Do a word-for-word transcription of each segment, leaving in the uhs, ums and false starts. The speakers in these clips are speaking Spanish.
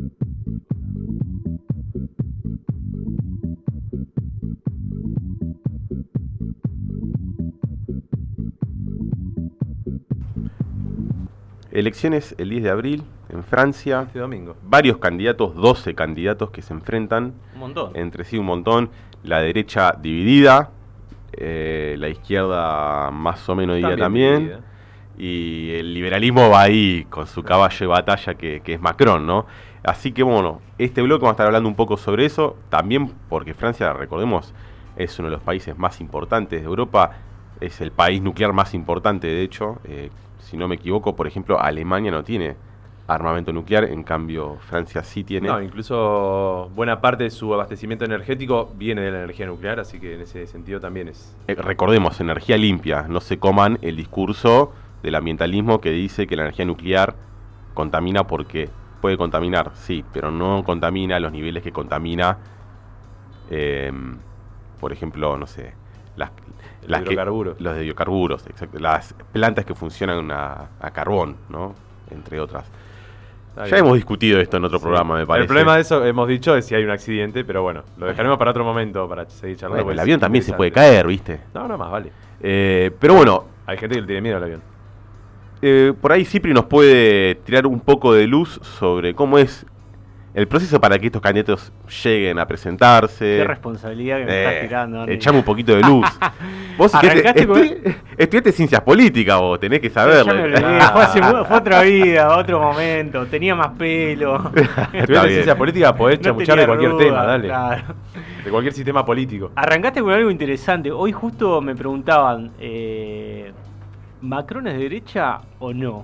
Elecciones el diez de abril en Francia. Este domingo. Varios candidatos, doce candidatos que se enfrentan. Un montón. Entre sí un montón. La derecha dividida, eh, la izquierda más o menos dividida también. Dividida. Y el liberalismo va ahí con su caballo de batalla que, que es Macron, ¿no? Así que bueno, este bloque vamos a estar hablando un poco sobre eso. También porque Francia, recordemos, es uno de los países más importantes de Europa. Es el país nuclear más importante, de hecho. Eh, si no me equivoco, por ejemplo, Alemania no tiene armamento nuclear, en cambio Francia sí tiene. No, incluso buena parte de su abastecimiento energético viene de la energía nuclear, así que en ese sentido también es... Eh, recordemos, energía limpia, no se coman el discurso del ambientalismo que dice que la energía nuclear contamina porque puede contaminar, sí, pero no contamina a los niveles que contamina, eh, por ejemplo, no sé, las, las que, los de biocarburos, exacto, las plantas que funcionan a, a carbón, ¿no? Entre otras. Está ya bien. Hemos discutido esto en otro sí. programa, me parece. El problema de eso, hemos dicho, es si hay un accidente, pero bueno, lo dejaremos para otro momento, para seguir charlando. Bueno, el avión también se puede caer, ¿viste? No, no más, vale. Eh, pero bueno... Hay gente que le tiene miedo al avión. Eh, por ahí Cipri nos puede tirar un poco de luz sobre cómo es el proceso para que estos candidatos lleguen a presentarse. Qué responsabilidad que me eh, estás tirando, Andy. Echame un poquito de luz. Vos estudiaste, estu estudiaste ciencias políticas, vos tenés que saberlo. Ya me olvidé, fue, hace, fue otra vida, otro momento, tenía más pelo. Estudiaste ciencias políticas, podés chamuchar no de cualquier duda, tema, dale. Claro. De cualquier sistema político. Arrancaste con algo interesante. Hoy justo me preguntaban, eh, ¿Macron es de derecha o no?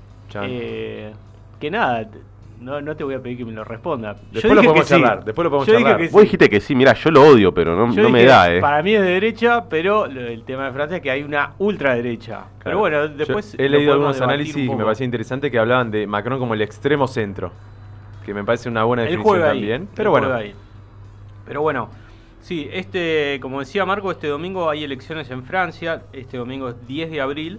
Eh, que nada... No, no te voy a pedir que me lo responda. Después yo lo podemos charlar. Sí. Después lo podemos yo charlar. Que sí. Vos dijiste que sí, mirá, yo lo odio, pero no, no me da, eh. Para mí es de derecha, pero el tema de Francia es que hay una ultraderecha. Claro. Pero bueno, después. Yo he leído algunos análisis que me parecía interesante que hablaban de Macron como el extremo centro. Que me parece una buena definición también. Ahí, pero bueno. Ahí. Pero bueno, sí, este, como decía Marco, este domingo hay elecciones en Francia. Este domingo es diez de abril.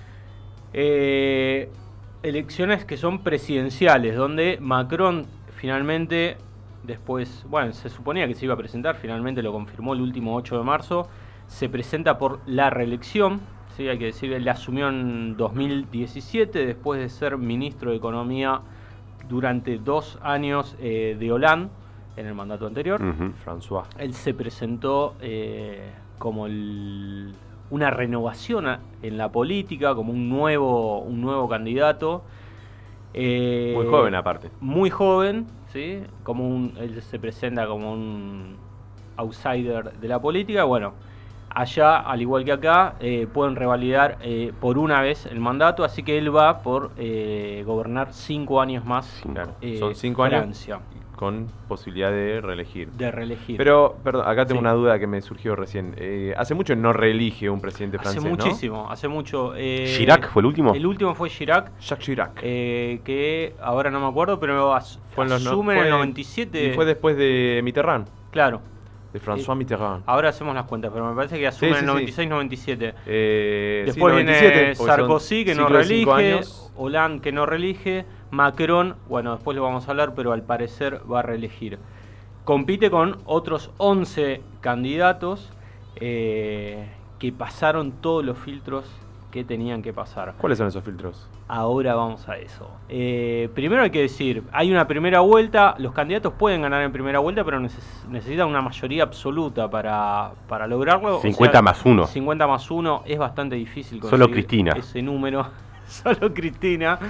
Eh. Elecciones que son presidenciales, donde Macron finalmente, después, bueno, se suponía que se iba a presentar, finalmente lo confirmó el último ocho de marzo, se presenta por la reelección, ¿sí? Hay que decir, él asumió en dos mil diecisiete, después de ser ministro de Economía durante dos años eh, de Hollande, en el mandato anterior. Uh-huh. François. Él se presentó eh, como el... una renovación en la política, como un nuevo un nuevo candidato. Eh, muy joven aparte. Muy joven, ¿sí? Como un, él se presenta como un outsider de la política. Bueno, allá, al igual que acá, eh, pueden revalidar eh, por una vez el mandato, así que él va por eh, gobernar cinco años más. Claro. Eh, Son cinco Francia. años con posibilidad de reelegir. De reelegir. Pero, perdón, acá tengo sí. una duda que me surgió recién. Eh, hace mucho no reelige un presidente francés, Hace muchísimo, ¿no? hace mucho. Eh, ¿Chirac fue el último? El último fue Chirac. Jacques Chirac. Eh, que ahora no me acuerdo, pero as, fue en los asume no, en el noventa y siete. Y fue después de Mitterrand. Claro. De François eh, Mitterrand. Ahora hacemos las cuentas, pero me parece que asume sí, en el sí, noventa y seis noventa y siete. Eh, Después sí, viene noventa y siete, Sarkozy, que no reelige. Años. Hollande, que no reelige. Macron, bueno, después lo vamos a hablar, pero al parecer va a reelegir. Compite con otros once candidatos eh, que pasaron todos los filtros que tenían que pasar. ¿Cuáles son esos filtros? Ahora vamos a eso. Eh, primero hay que decir, hay una primera vuelta, los candidatos pueden ganar en primera vuelta, pero neces necesitan una mayoría absoluta para, para lograrlo. cincuenta o sea, más uno. cincuenta más uno es bastante difícil conseguir Solo Cristina. ese número. Solo Cristina.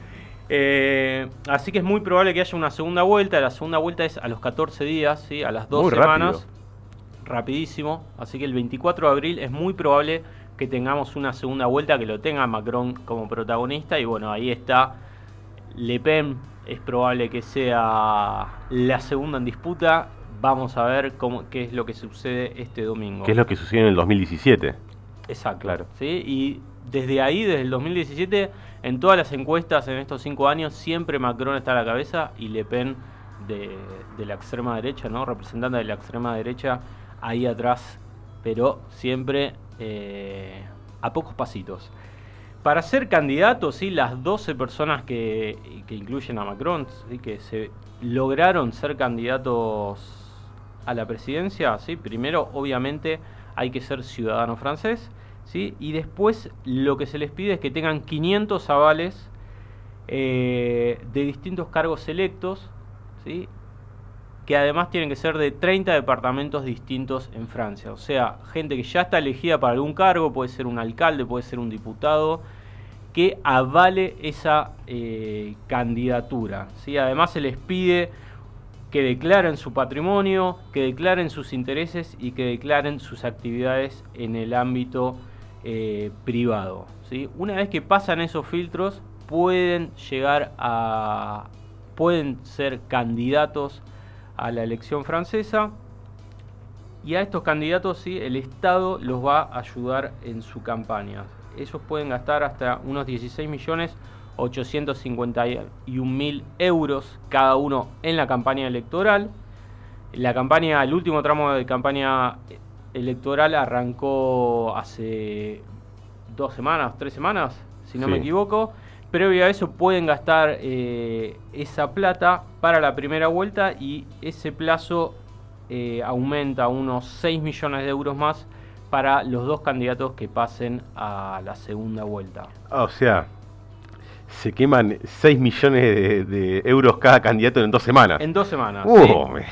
Eh, así que es muy probable que haya una segunda vuelta. La segunda vuelta es a los catorce días, ¿sí? A las dos muy semanas. Rápido. Rapidísimo. Así que el veinticuatro de abril es muy probable que tengamos una segunda vuelta, que lo tenga Macron como protagonista. Y bueno, ahí está Le Pen. Es probable que sea la segunda en disputa. Vamos a ver cómo, qué es lo que sucede este domingo. ¿Qué es lo que sucedió en el dos mil diecisiete? Exacto. Claro. ¿Sí? Y desde ahí, desde el dos mil diecisiete, en todas las encuestas en estos cinco años, siempre Macron está a la cabeza y Le Pen de, de la extrema derecha, ¿no? Representante de la extrema derecha ahí atrás, pero siempre eh, a pocos pasitos. para ser candidato, ¿sí? Las doce personas que, que incluyen a Macron, ¿sí? Que se lograron ser candidatos a la presidencia, ¿sí? Primero, obviamente, hay que ser ciudadano francés, ¿sí? Y después lo que se les pide es que tengan quinientos avales eh, de distintos cargos electos, ¿sí? Que además tienen que ser de treinta departamentos distintos en Francia. O sea, gente que ya está elegida para algún cargo, puede ser un alcalde, puede ser un diputado, que avale esa eh, candidatura, ¿sí? Además se les pide que declaren su patrimonio, que declaren sus intereses y que declaren sus actividades en el ámbito eh, privado, ¿sí? Una vez que pasan esos filtros, pueden llegar a... pueden ser candidatos a la elección francesa, y a estos candidatos, sí, el Estado los va a ayudar en su campaña. Ellos pueden gastar hasta unos dieciséis millones ochocientos cincuenta y un mil euros cada uno en la campaña electoral. La campaña, el último tramo de campaña electoral arrancó hace dos semanas, tres semanas, si no sí. me equivoco. Previo a eso pueden gastar eh, esa plata para la primera vuelta, y ese plazo eh, aumenta a unos seis millones de euros más para los dos candidatos que pasen a la segunda vuelta. O sea, se queman seis millones de, de euros cada candidato en dos semanas. En dos semanas. Uh, sí. me,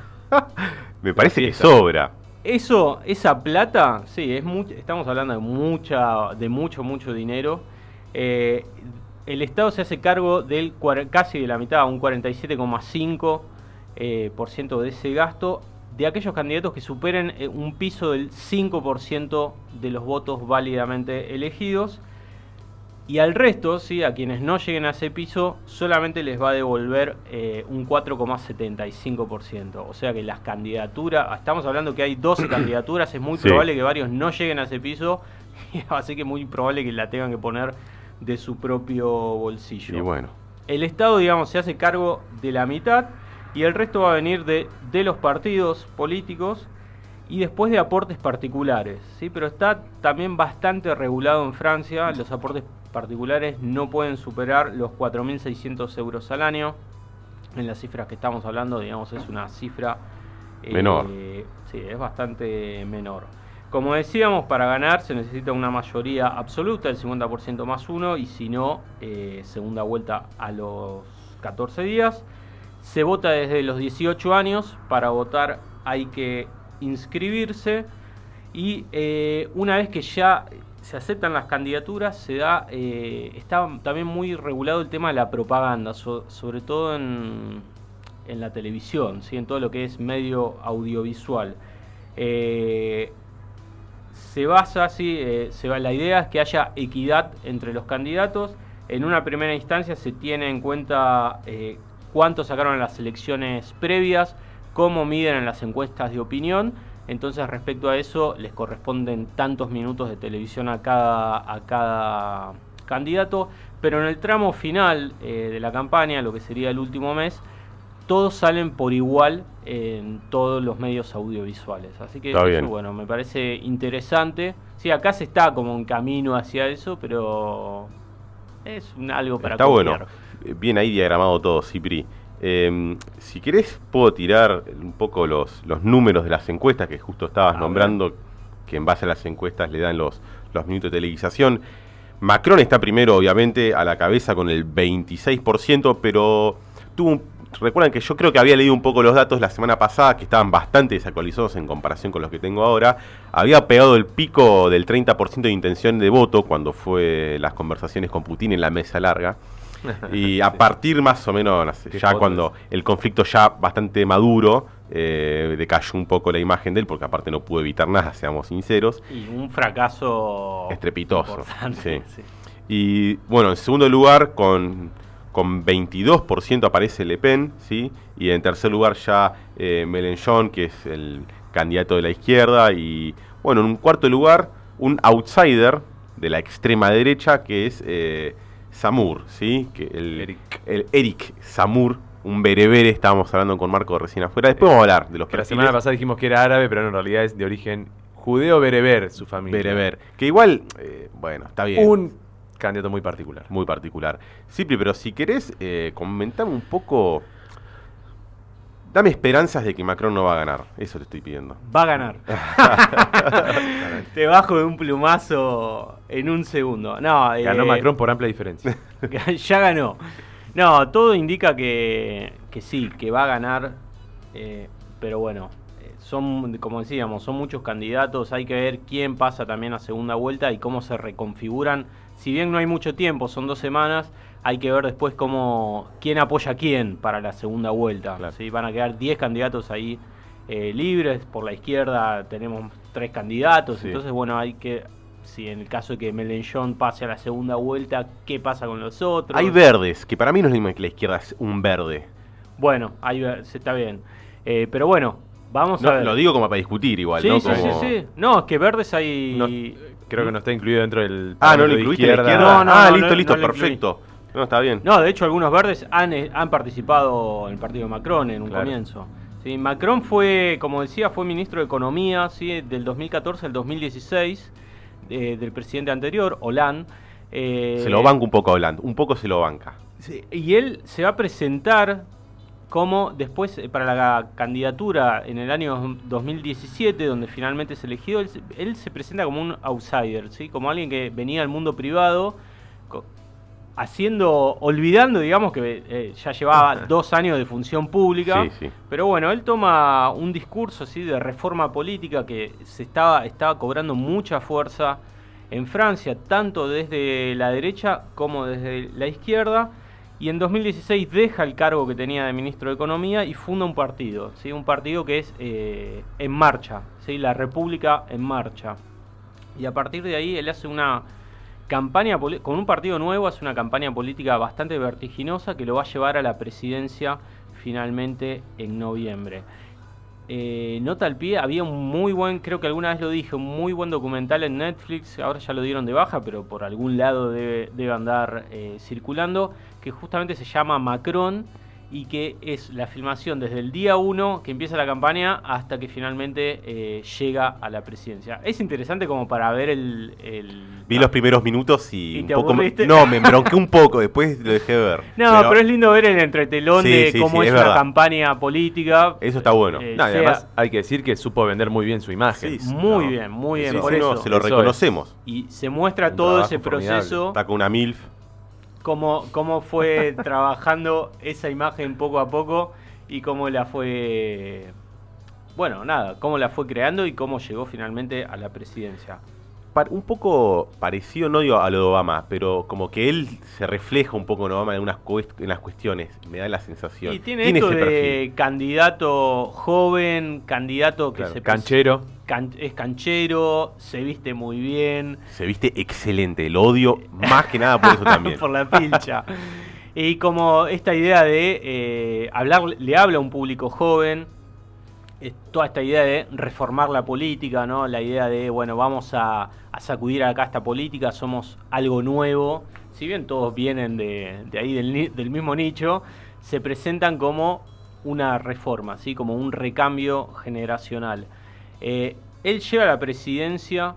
me parece que sobra. Eso, esa plata, sí, es much, estamos hablando de mucha, de mucho, mucho dinero. Eh, El Estado se hace cargo del casi de la mitad, un cuarenta y siete coma cinco por ciento eh, de ese gasto, de aquellos candidatos que superen eh, un piso del cinco por ciento de los votos válidamente elegidos, y al resto, ¿sí? A quienes no lleguen a ese piso, solamente les va a devolver eh, un cuatro coma setenta y cinco por ciento. O sea que las candidaturas, estamos hablando que hay doce candidaturas, es muy sí. probable que varios no lleguen a ese piso, así que es muy probable que la tengan que poner de su propio bolsillo. Y bueno. El Estado, digamos, se hace cargo de la mitad, y el resto va a venir de, de los partidos políticos y después de aportes particulares, ¿sí? Pero está también bastante regulado en Francia. Los aportes particulares no pueden superar los cuatro mil seiscientos euros al año. En las cifras que estamos hablando, digamos, es una cifra menor. Eh, sí, es bastante menor. Como decíamos, para ganar se necesita una mayoría absoluta, el cincuenta por ciento más uno, y si no, eh, segunda vuelta a los catorce días. Se vota desde los dieciocho años, para votar hay que inscribirse, y eh, una vez que ya se aceptan las candidaturas, se da, eh, está también muy regulado el tema de la propaganda, so, sobre todo en, en la televisión, ¿sí? En todo lo que es medio audiovisual. Eh, Se basa, sí, eh, se va, la idea es que haya equidad entre los candidatos. En una primera instancia se tiene en cuenta eh, cuánto sacaron en las elecciones previas, cómo miden en las encuestas de opinión. Entonces, respecto a eso, les corresponden tantos minutos de televisión a cada, a cada candidato. Pero en el tramo final eh, de la campaña, lo que sería el último mes, todos salen por igual en todos los medios audiovisuales. Así que eso, bueno, me parece interesante. Sí, acá se está como un camino hacia eso, pero es un, algo para Está copiar. Bueno, bien ahí diagramado todo, Cipri. Eh, si querés, puedo tirar un poco los, los números de las encuestas que justo estabas a nombrando, ver. Que en base a las encuestas le dan los, los minutos de televisación. Macron está primero, obviamente, a la cabeza con el veintiséis por ciento, pero tuvo un... Recuerdan que yo creo que había leído un poco los datos la semana pasada, que estaban bastante desactualizados en comparación con los que tengo ahora. Había pegado el pico del treinta por ciento de intención de voto cuando fue las conversaciones con Putin en la mesa larga. Y a partir más o menos, no sé, ya cuando el conflicto ya bastante maduro, eh, decayó un poco la imagen de él, porque aparte no pudo evitar nada, seamos sinceros. Y un fracaso estrepitoso. Sí. Sí. Y bueno, en segundo lugar, con... con veintidós por ciento aparece Le Pen, ¿sí? Y en tercer lugar ya eh, Mélenchon, que es el candidato de la izquierda, y bueno, en un cuarto lugar, un outsider de la extrema derecha, que es eh, Zamur, ¿sí? Que el, Eric. el Eric Zamur, un berebere, estábamos hablando con Marco recién afuera. Después eh, vamos a hablar de los que la semana pasada dijimos que era árabe, pero en realidad es de origen judeo bereber su familia. Bereber, que igual, eh, bueno, está bien. Un candidato muy particular. Muy particular. Cipri, pero si querés, eh, comentame un poco... Dame esperanzas de que Macron no va a ganar. Eso te estoy pidiendo. Va a ganar. Te bajo de un plumazo en un segundo. No, ganó eh, Macron por amplia diferencia. Ya ganó. No, todo indica que, que sí, que va a ganar. Eh, pero bueno, son, como decíamos, son muchos candidatos. Hay que ver quién pasa también a segunda vuelta y cómo se reconfiguran. Si bien no hay mucho tiempo, son dos semanas, hay que ver después cómo quién apoya a quién para la segunda vuelta. Claro. ¿Sí? Van a quedar diez candidatos ahí eh, libres. Por la izquierda tenemos tres candidatos. Sí. Entonces, bueno, hay que... Si en el caso de que Mélenchon pase a la segunda vuelta, ¿qué pasa con los otros? Hay verdes, que para mí no es lo mismo que la izquierda es un verde. Bueno, ahí está bien. Eh, pero bueno, vamos No, a ver. lo digo como para discutir igual, sí, ¿no? sí, Como... sí, sí. No, es que verdes hay... No, creo que no está incluido dentro del... Ah, ¿no lo de incluiste en la izquierda. izquierda? No, no, ah, no, listo, no, listo, no lo perfecto. No, está bien. No, de hecho algunos verdes han, han participado en el partido de Macron en un Claro. comienzo. Sí, Macron fue, como decía, fue ministro de Economía, ¿sí? Del dos mil catorce al dos mil dieciséis, eh, del presidente anterior, Hollande. Eh, Se lo banca un poco a Hollande, un poco se lo banca. Sí, y él se va a presentar como después eh, para la candidatura en el año dos mil diecisiete, donde finalmente es elegido, él, se- él se presenta como un outsider, ¿sí? Como alguien que venía del mundo privado, co- haciendo, olvidando, digamos, que eh, ya llevaba dos años de función pública. Sí, sí. Pero bueno, él toma un discurso así de reforma política que se estaba, estaba cobrando mucha fuerza en Francia, tanto desde la derecha como desde la izquierda. Y en dos mil dieciséis deja el cargo que tenía de ministro de Economía y funda un partido, ¿sí? Un partido que es eh, En Marcha, ¿sí? La República en Marcha. Y a partir de ahí él hace una campaña, poli- con un partido nuevo, hace una campaña política bastante vertiginosa que lo va a llevar a la presidencia finalmente en noviembre. Eh, nota al pie, había un muy buen, creo que alguna vez lo dije, un muy buen documental en Netflix, ahora ya lo dieron de baja, pero por algún lado debe, debe andar eh, circulando, que justamente se llama Macron y que es la filmación desde el día uno que empieza la campaña hasta que finalmente eh, llega a la presidencia. Es interesante como para ver el... el Vi los primeros minutos y, ¿Y un te poco me, aburriste? no, me embronqué un poco, después lo dejé de ver. No, pero, pero es lindo ver el entretelón Sí, de sí, cómo sí, es, es una verdad. campaña política. Eso está bueno. Eh, No, y sea- además hay que decir que supo vender muy bien su imagen. Sí, Muy no. bien, muy bien, Sí, por sí, no, eso. se lo Eso es. reconocemos. Y se muestra Un todo trabajo ese formidable. proceso, Está con una MILF. cómo, cómo fue trabajando esa imagen poco a poco y cómo la fue, bueno, nada, cómo la fue creando y cómo llegó finalmente a la presidencia. Pa- un poco parecido, no digo a lo de Obama, pero como que él se refleja un poco en Obama en, algunas cuest- en las cuestiones. Me da la sensación. Y tiene, esto ese de perfil. candidato joven, candidato que Claro, se canchero. can- es canchero, se viste muy bien. Se viste excelente. Lo odio más que nada por eso también. Por la pilcha. Y como esta idea de eh, hablar, le habla a un público joven, es toda esta idea de reformar la política, ¿no? La idea de, bueno, vamos a, a sacudir acá esta política, somos algo nuevo. Si bien todos vienen de, de ahí del, ni- del mismo nicho, se presentan como una reforma, ¿sí? Como un recambio generacional. Eh, él llega a la presidencia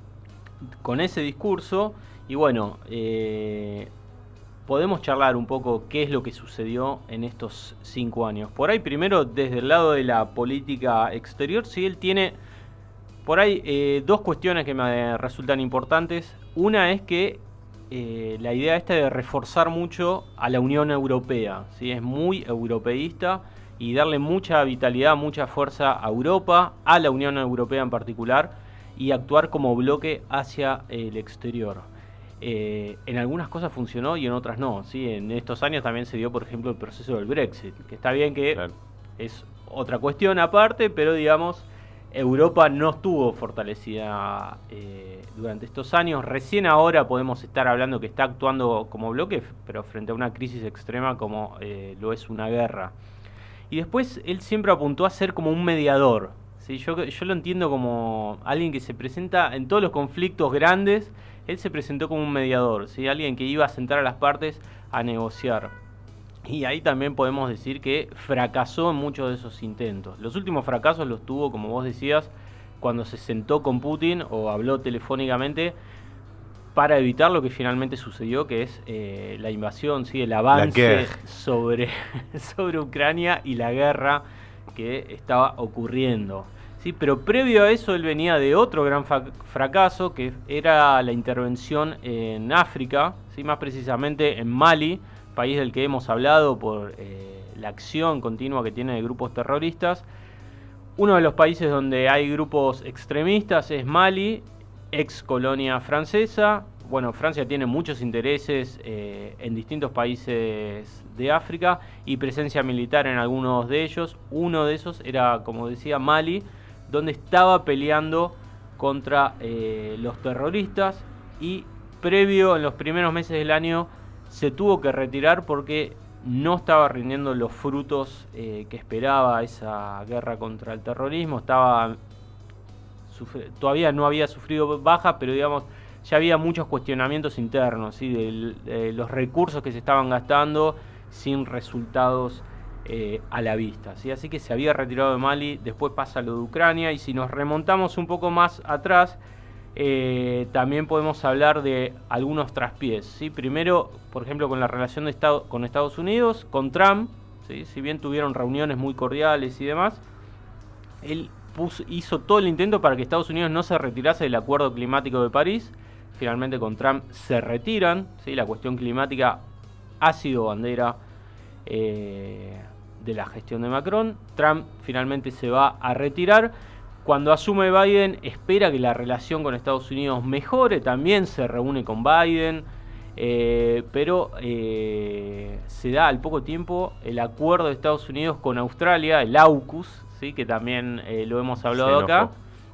con ese discurso y bueno, eh, podemos charlar un poco qué es lo que sucedió en estos cinco años. Por ahí primero desde el lado de la política exterior, si él tiene por ahí eh, dos cuestiones que me resultan importantes. Una es que eh, la idea esta de reforzar mucho a la Unión Europea, ¿sí? Es muy europeísta y darle mucha vitalidad, mucha fuerza a Europa, a la Unión Europea en particular, y actuar como bloque hacia el exterior. Eh, en algunas cosas funcionó y en otras no, ¿sí? En estos años también se dio, por ejemplo, el proceso del Brexit, que está bien que Claro. es otra cuestión aparte, pero digamos, Europa no estuvo fortalecida eh, durante estos años. Recién ahora podemos estar hablando que está actuando como bloque, pero frente a una crisis extrema como eh, lo es una guerra. Y después él siempre apuntó a ser como un mediador, ¿sí? Yo, yo lo entiendo como alguien que se presenta en todos los conflictos grandes. Él se presentó como un mediador, ¿sí? Alguien que iba a sentar a las partes a negociar. Y ahí también podemos decir que fracasó en muchos de esos intentos. Los últimos fracasos los tuvo, como vos decías, cuando se sentó con Putin o habló telefónicamente, para evitar lo que finalmente sucedió, que es eh, la invasión, ¿sí? El avance sobre, sobre Ucrania y la guerra que estaba ocurriendo. Sí, pero previo a eso él venía de otro gran fracaso, que era la intervención en África, ¿sí? Más precisamente en Mali, país del que hemos hablado por eh, la acción continua que tiene de grupos terroristas. Uno de los países donde hay grupos extremistas es Mali, ex colonia francesa. Bueno, Francia tiene muchos intereses eh, en distintos países de África y presencia militar en algunos de ellos. Uno de esos era, como decía, Mali, donde estaba peleando contra eh, los terroristas y previo, en los primeros meses del año, se tuvo que retirar porque no estaba rindiendo los frutos eh, que esperaba esa guerra contra el terrorismo. Estaba todavía no había sufrido bajas, pero digamos ya había muchos cuestionamientos internos, ¿sí? de, de los recursos que se estaban gastando sin resultados Eh, a la vista, ¿sí? Así que se había retirado de Mali, después pasa lo de Ucrania, y si nos remontamos un poco más atrás, eh, también podemos hablar de algunos traspiés, ¿sí? Primero, por ejemplo, con la relación de Estado, con Estados Unidos, con Trump, ¿sí? Si bien tuvieron reuniones muy cordiales y demás, él puso, hizo todo el intento para que Estados Unidos no se retirase del Acuerdo Climático de París. Finalmente con Trump se retiran, ¿sí? La cuestión climática ha sido bandera eh, de la gestión de Macron. Trump finalmente se va a retirar. Cuando asume Biden, espera que la relación con Estados Unidos mejore, también se reúne con Biden, eh, pero eh, se da al poco tiempo el acuerdo de Estados Unidos con Australia, el AUKUS, ¿sí? Que también eh, lo hemos hablado acá,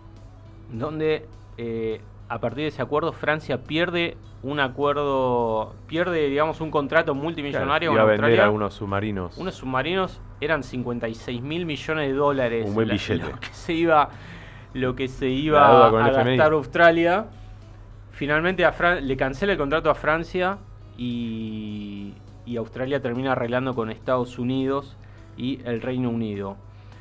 donde eh, a partir de ese acuerdo Francia pierde un acuerdo, pierde, digamos, un contrato multimillonario. Claro, iba a vender algunos submarinos. Unos submarinos eran cincuenta y seis mil millones de dólares. Un buen la, billete. Lo que se iba, lo que se iba a gastar Australia. Finalmente a Fran- le cancela el contrato a Francia y, y Australia termina arreglando con Estados Unidos y el Reino Unido.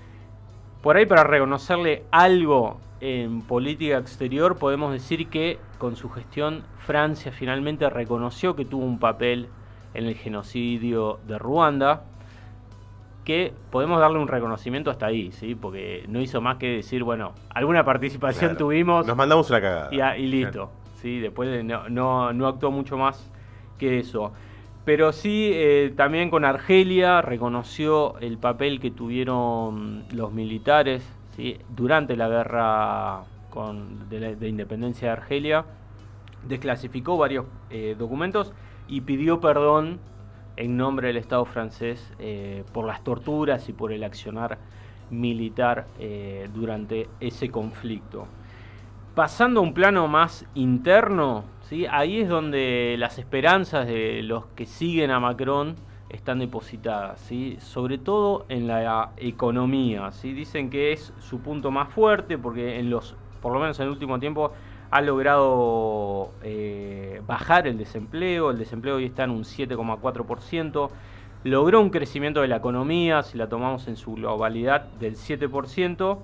Por ahí, para reconocerle algo en política exterior, podemos decir que con su gestión Francia finalmente reconoció que tuvo un papel en el genocidio de Ruanda, que podemos darle un reconocimiento hasta ahí, ¿sí? Porque no hizo más que decir, bueno, alguna participación claro, tuvimos. Nos mandamos una cagada. Y, a, y listo. Claro. ¿Sí? Después no, no, no actuó mucho más que eso. Pero sí, eh, también con Argelia reconoció el papel que tuvieron los militares, ¿sí? Durante la guerra con, de, la, de independencia de Argelia. Desclasificó varios eh, documentos y pidió perdón en nombre del Estado francés eh, por las torturas y por el accionar militar eh, durante ese conflicto. Pasando a un plano más interno, ¿sí? Ahí es donde las esperanzas de los que siguen a Macron están depositadas, ¿sí? Sobre todo en la economía, ¿sí? Dicen que es su punto más fuerte porque en los, por lo menos en el último tiempo, ha logrado eh, bajar el desempleo. El desempleo hoy está en un siete coma cuatro por ciento. Logró un crecimiento de la economía, si la tomamos en su globalidad, del siete por ciento.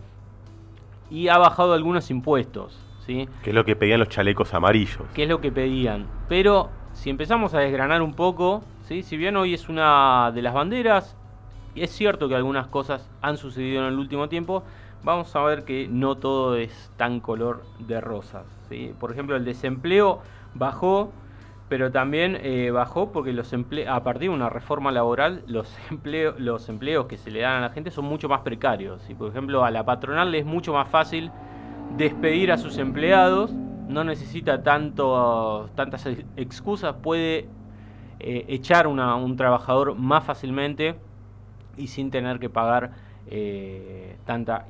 Y ha bajado algunos impuestos, ¿sí? Que es lo que pedían los chalecos amarillos. Que es lo que pedían. Pero si empezamos a desgranar un poco, ¿sí? Si bien hoy es una de las banderas, y es cierto que algunas cosas han sucedido en el último tiempo, vamos a ver que no todo es tan color de rosas, ¿sí? Por ejemplo, el desempleo bajó, pero también eh, bajó porque los emple- a partir de una reforma laboral los, empleo- los empleos que se le dan a la gente son mucho más precarios, ¿sí? Por ejemplo, a la patronal le es mucho más fácil despedir a sus empleados, no necesita tanto, tantas excusas, puede eh, echar una, un trabajador más fácilmente y sin tener que pagar Eh, tanta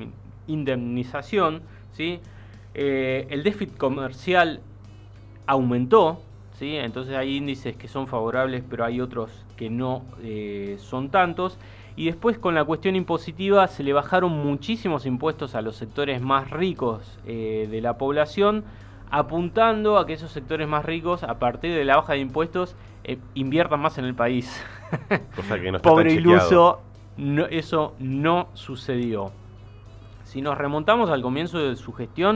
indemnización, ¿sí? Eh, el déficit comercial aumentó, ¿sí? Entonces hay índices que son favorables, pero hay otros que no eh, son tantos. Y después, con la cuestión impositiva, se le bajaron muchísimos impuestos a los sectores más ricos eh, de la población, apuntando a que esos sectores más ricos, a partir de la baja de impuestos, eh, inviertan más en el país. Cosa que no está Pobre tan chequeado. iluso. No, eso no sucedió. Si nos remontamos al comienzo de su gestión,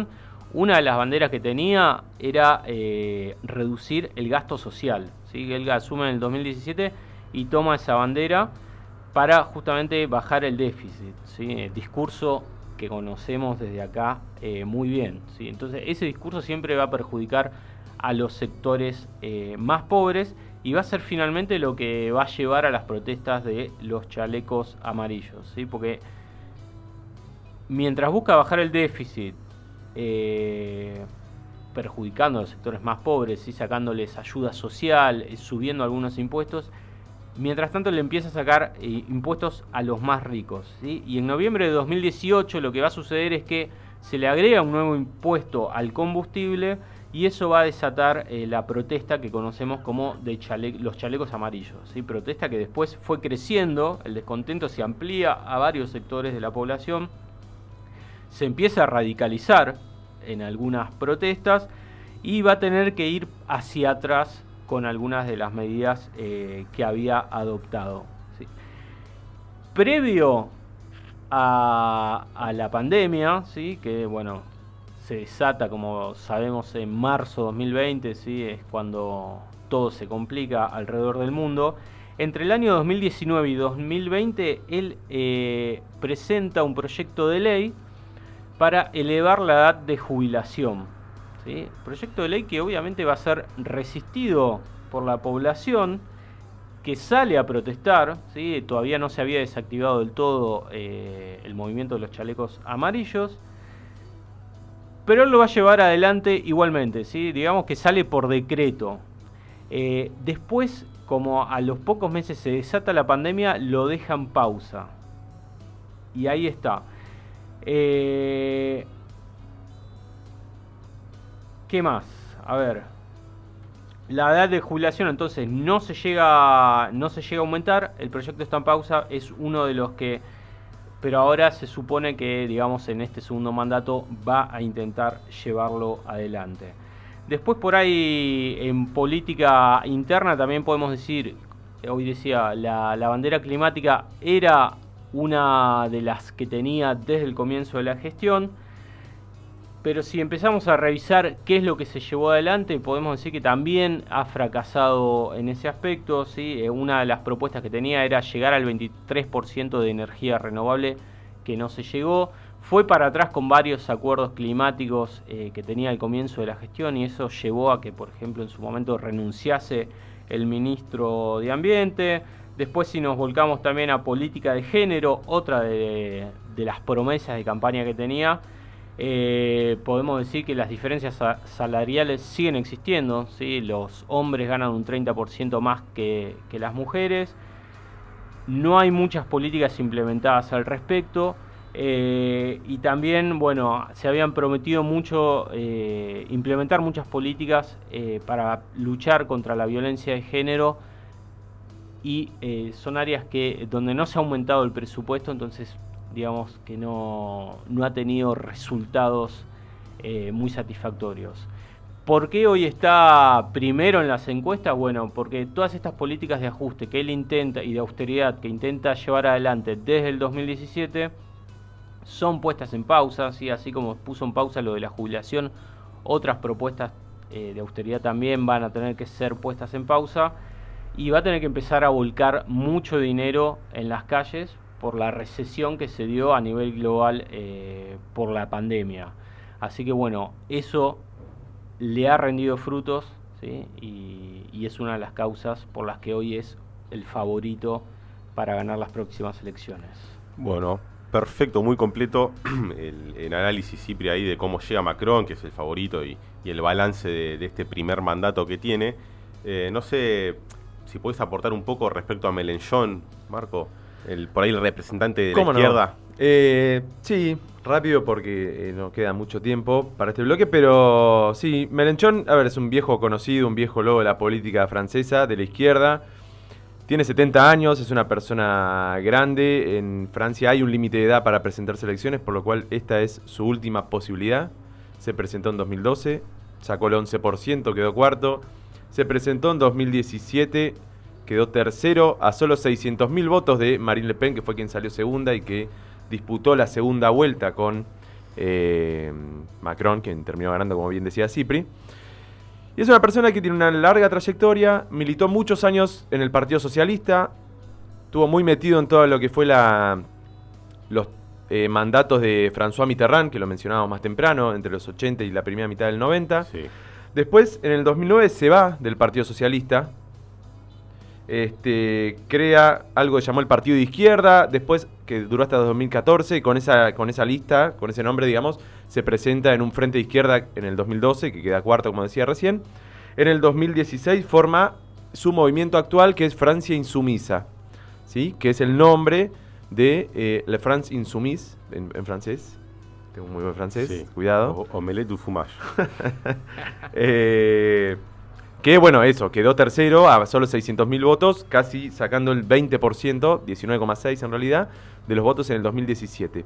una de las banderas que tenía era eh, reducir el gasto social, ¿sí? Él asume en el dos mil diecisiete y toma esa bandera para justamente bajar el déficit, ¿sí? El discurso que conocemos desde acá eh, muy bien, ¿sí? Entonces ese discurso siempre va a perjudicar a los sectores eh, más pobres y va a ser finalmente lo que va a llevar a las protestas de los chalecos amarillos, ¿sí? Porque mientras busca bajar el déficit, eh, perjudicando a los sectores más pobres, ¿sí? Sacándoles ayuda social, eh, subiendo algunos impuestos, mientras tanto le empieza a sacar eh, impuestos a los más ricos, ¿sí? Y en noviembre de dos mil dieciocho lo que va a suceder es que se le agrega un nuevo impuesto al combustible y eso va a desatar eh, la protesta que conocemos como de chale los chalecos amarillos, ¿sí? Protesta que después fue creciendo, el descontento se amplía a varios sectores de la población, se empieza a radicalizar en algunas protestas y va a tener que ir hacia atrás con algunas de las medidas eh, que había adoptado, ¿sí? Previo a, a la pandemia, ¿sí? Que bueno, se desata, como sabemos, en marzo de dos mil veinte, ¿sí? Es cuando todo se complica alrededor del mundo. Entre el año dos mil diecinueve y dos mil veinte, él eh, presenta un proyecto de ley para elevar la edad de jubilación, ¿sí? Proyecto de ley que obviamente va a ser resistido por la población que sale a protestar, ¿sí? Todavía no se había desactivado del todo eh, el movimiento de los chalecos amarillos, pero él lo va a llevar adelante igualmente, ¿sí? Digamos que sale por decreto. Eh, después, como a los pocos meses se desata la pandemia, lo dejan pausa. Y ahí está. Eh, ¿Qué más? A ver, la edad de jubilación entonces no se llega, no se llega a aumentar. El proyecto está en pausa, es uno de los que, pero ahora se supone que, digamos, en este segundo mandato va a intentar llevarlo adelante. Después por ahí en política interna también podemos decir, hoy decía, la, la bandera climática era una de las que tenía desde el comienzo de la gestión, pero si empezamos a revisar qué es lo que se llevó adelante, podemos decir que también ha fracasado en ese aspecto, ¿sí? Una de las propuestas que tenía era llegar al veintitrés por ciento de energía renovable, que no se llegó. Fue para atrás con varios acuerdos climáticos eh, que tenía al comienzo de la gestión y eso llevó a que, por ejemplo, en su momento renunciase el ministro de Ambiente. Después, si nos volcamos también a política de género, otra de, de las promesas de campaña que tenía, eh, podemos decir que las diferencias salariales siguen existiendo, ¿sí? Los hombres ganan un treinta por ciento más que, que las mujeres. No hay muchas políticas implementadas al respecto. Eh, y también, bueno, se habían prometido mucho eh, implementar muchas políticas eh, para luchar contra la violencia de género y eh, son áreas que donde no se ha aumentado el presupuesto, entonces digamos que no, no ha tenido resultados eh, muy satisfactorios. ¿Por qué hoy está primero en las encuestas? Bueno, porque todas estas políticas de ajuste que él intenta y de austeridad que intenta llevar adelante desde el dos mil diecisiete son puestas en pausa, ¿sí? Así como puso en pausa lo de la jubilación, otras propuestas eh, de austeridad también van a tener que ser puestas en pausa y va a tener que empezar a volcar mucho dinero en las calles por la recesión que se dio a nivel global eh, por la pandemia. Así que bueno, eso le ha rendido frutos, ¿sí? y, y es una de las causas por las que hoy es el favorito para ganar las próximas elecciones. Bueno, perfecto, muy completo el, el análisis, Cipri, ahí de cómo llega Macron, que es el favorito, y, y el balance de, de este primer mandato que tiene. Eh, no sé si podés aportar un poco respecto a Mélenchon, Marco, el, por ahí el representante de la izquierda. No? Eh, sí, rápido porque eh, no queda mucho tiempo para este bloque, pero sí, Mélenchon, a ver, es un viejo conocido, un viejo lobo de la política francesa, de la izquierda. Tiene setenta años, es una persona grande. En Francia hay un límite de edad para presentarse a elecciones, por lo cual esta es su última posibilidad. Se presentó en dos mil doce, sacó el once por ciento, quedó cuarto. Se presentó en dos mil diecisiete, quedó tercero a solo seiscientos mil votos de Marine Le Pen, que fue quien salió segunda y que disputó la segunda vuelta con eh, Macron, quien terminó ganando, como bien decía Cipri. Y es una persona que tiene una larga trayectoria, militó muchos años en el Partido Socialista, estuvo muy metido en todo lo que fue la, los eh, mandatos de François Mitterrand, que lo mencionábamos más temprano, entre los ochenta y la primera mitad del noventa. Sí. Después, en el dos mil nueve, se va del Partido Socialista, este, crea algo que llamó el Partido de Izquierda, después, que duró hasta dos mil catorce, con esa, con esa lista, con ese nombre, digamos, se presenta en un frente de izquierda en el dos mil doce, que queda cuarto, como decía recién. En el dos mil dieciséis forma su movimiento actual, que es Francia Insumisa, ¿sí? Que es el nombre de eh, Le France Insoumise, en, en francés. Tengo muy buen francés, Sí. cuidado. O, omelette du fromage. eh, que bueno, eso, quedó tercero a solo seiscientos mil votos, casi sacando el veinte por ciento, diecinueve coma seis en realidad, de los votos en el dos mil diecisiete.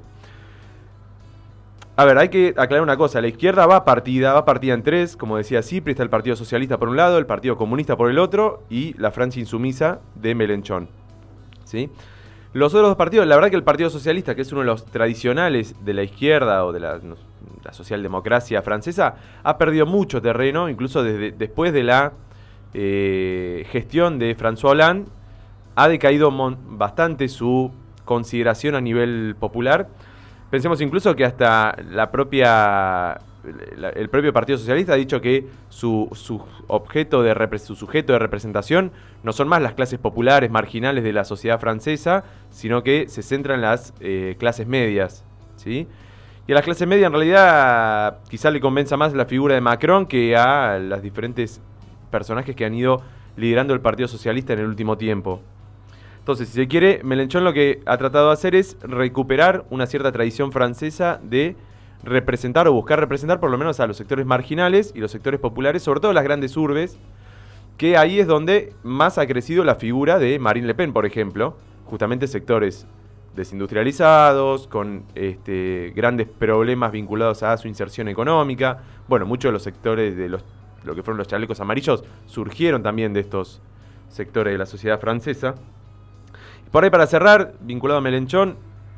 A ver, hay que aclarar una cosa, la izquierda va partida, va partida en tres, como decía Cipri, está el Partido Socialista por un lado, el Partido Comunista por el otro, y la Francia Insumisa de Mélenchon, ¿sí? Los otros dos partidos, la verdad que el Partido Socialista, que es uno de los tradicionales de la izquierda o de la, no, la socialdemocracia francesa, ha perdido mucho terreno, incluso desde, después de la eh, gestión de François Hollande, ha decaído mon- bastante su consideración a nivel popular. Pensemos incluso que hasta la propia, la, el propio Partido Socialista ha dicho que su, su objeto de repre- su sujeto de representación no son más las clases populares, marginales de la sociedad francesa, sino que se centra en las eh, clases medias, ¿sí? Y a las clases medias en realidad quizá le convenza más la figura de Macron que a los diferentes personajes que han ido liderando el Partido Socialista en el último tiempo. Entonces, si se quiere, Mélenchon lo que ha tratado de hacer es recuperar una cierta tradición francesa de representar o buscar representar por lo menos a los sectores marginales y los sectores populares, sobre todo las grandes urbes, que ahí es donde más ha crecido la figura de Marine Le Pen, por ejemplo, justamente sectores desindustrializados, con este, grandes problemas vinculados a su inserción económica. Bueno, muchos de los sectores de los, lo que fueron los chalecos amarillos surgieron también de estos sectores de la sociedad francesa. Por ahí, para cerrar, vinculado a Mélenchon,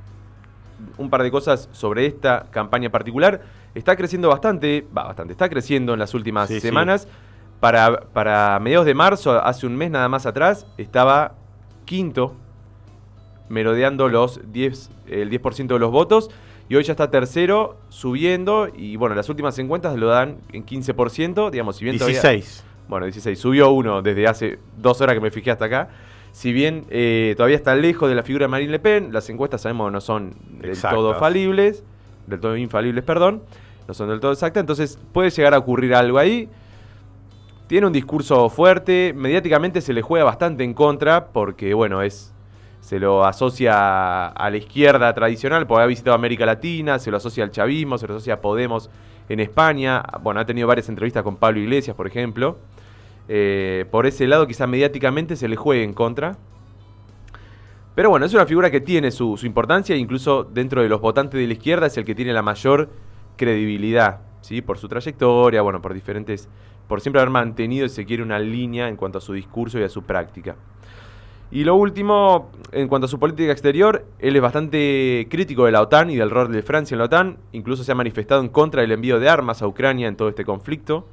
un par de cosas sobre esta campaña particular. Está creciendo bastante, va bastante, está creciendo en las últimas Sí, semanas. sí. Para, para mediados de marzo, hace un mes nada más atrás, estaba quinto, merodeando los diez, el diez por ciento de los votos, y hoy ya está tercero, subiendo, y bueno, las últimas encuestas lo dan en quince por ciento, digamos, si bien todavía... dieciséis. Bueno, dieciséis, subió uno desde hace dos horas que me fijé hasta acá. Si bien eh, todavía está lejos de la figura de Marine Le Pen, las encuestas sabemos que no son del Exactas. todo falibles, del todo infalibles, perdón, no son del todo exactas, entonces puede llegar a ocurrir algo ahí. Tiene un discurso fuerte, mediáticamente se le juega bastante en contra, porque bueno, es se lo asocia a la izquierda tradicional, porque ha visitado América Latina, se lo asocia al chavismo, se lo asocia a Podemos en España, bueno, ha tenido varias entrevistas con Pablo Iglesias, por ejemplo. Eh, por ese lado quizá mediáticamente se le juegue en contra, pero bueno, es una figura que tiene su, su importancia, incluso dentro de los votantes de la izquierda es el que tiene la mayor credibilidad, ¿sí? Por su trayectoria, bueno, por diferentes, por siempre haber mantenido, si se quiere, una línea en cuanto a su discurso y a su práctica. Y lo último, en cuanto a su política exterior, él es bastante crítico de la OTAN y del rol de Francia en la OTAN, incluso se ha manifestado en contra del envío de armas a Ucrania en todo este conflicto.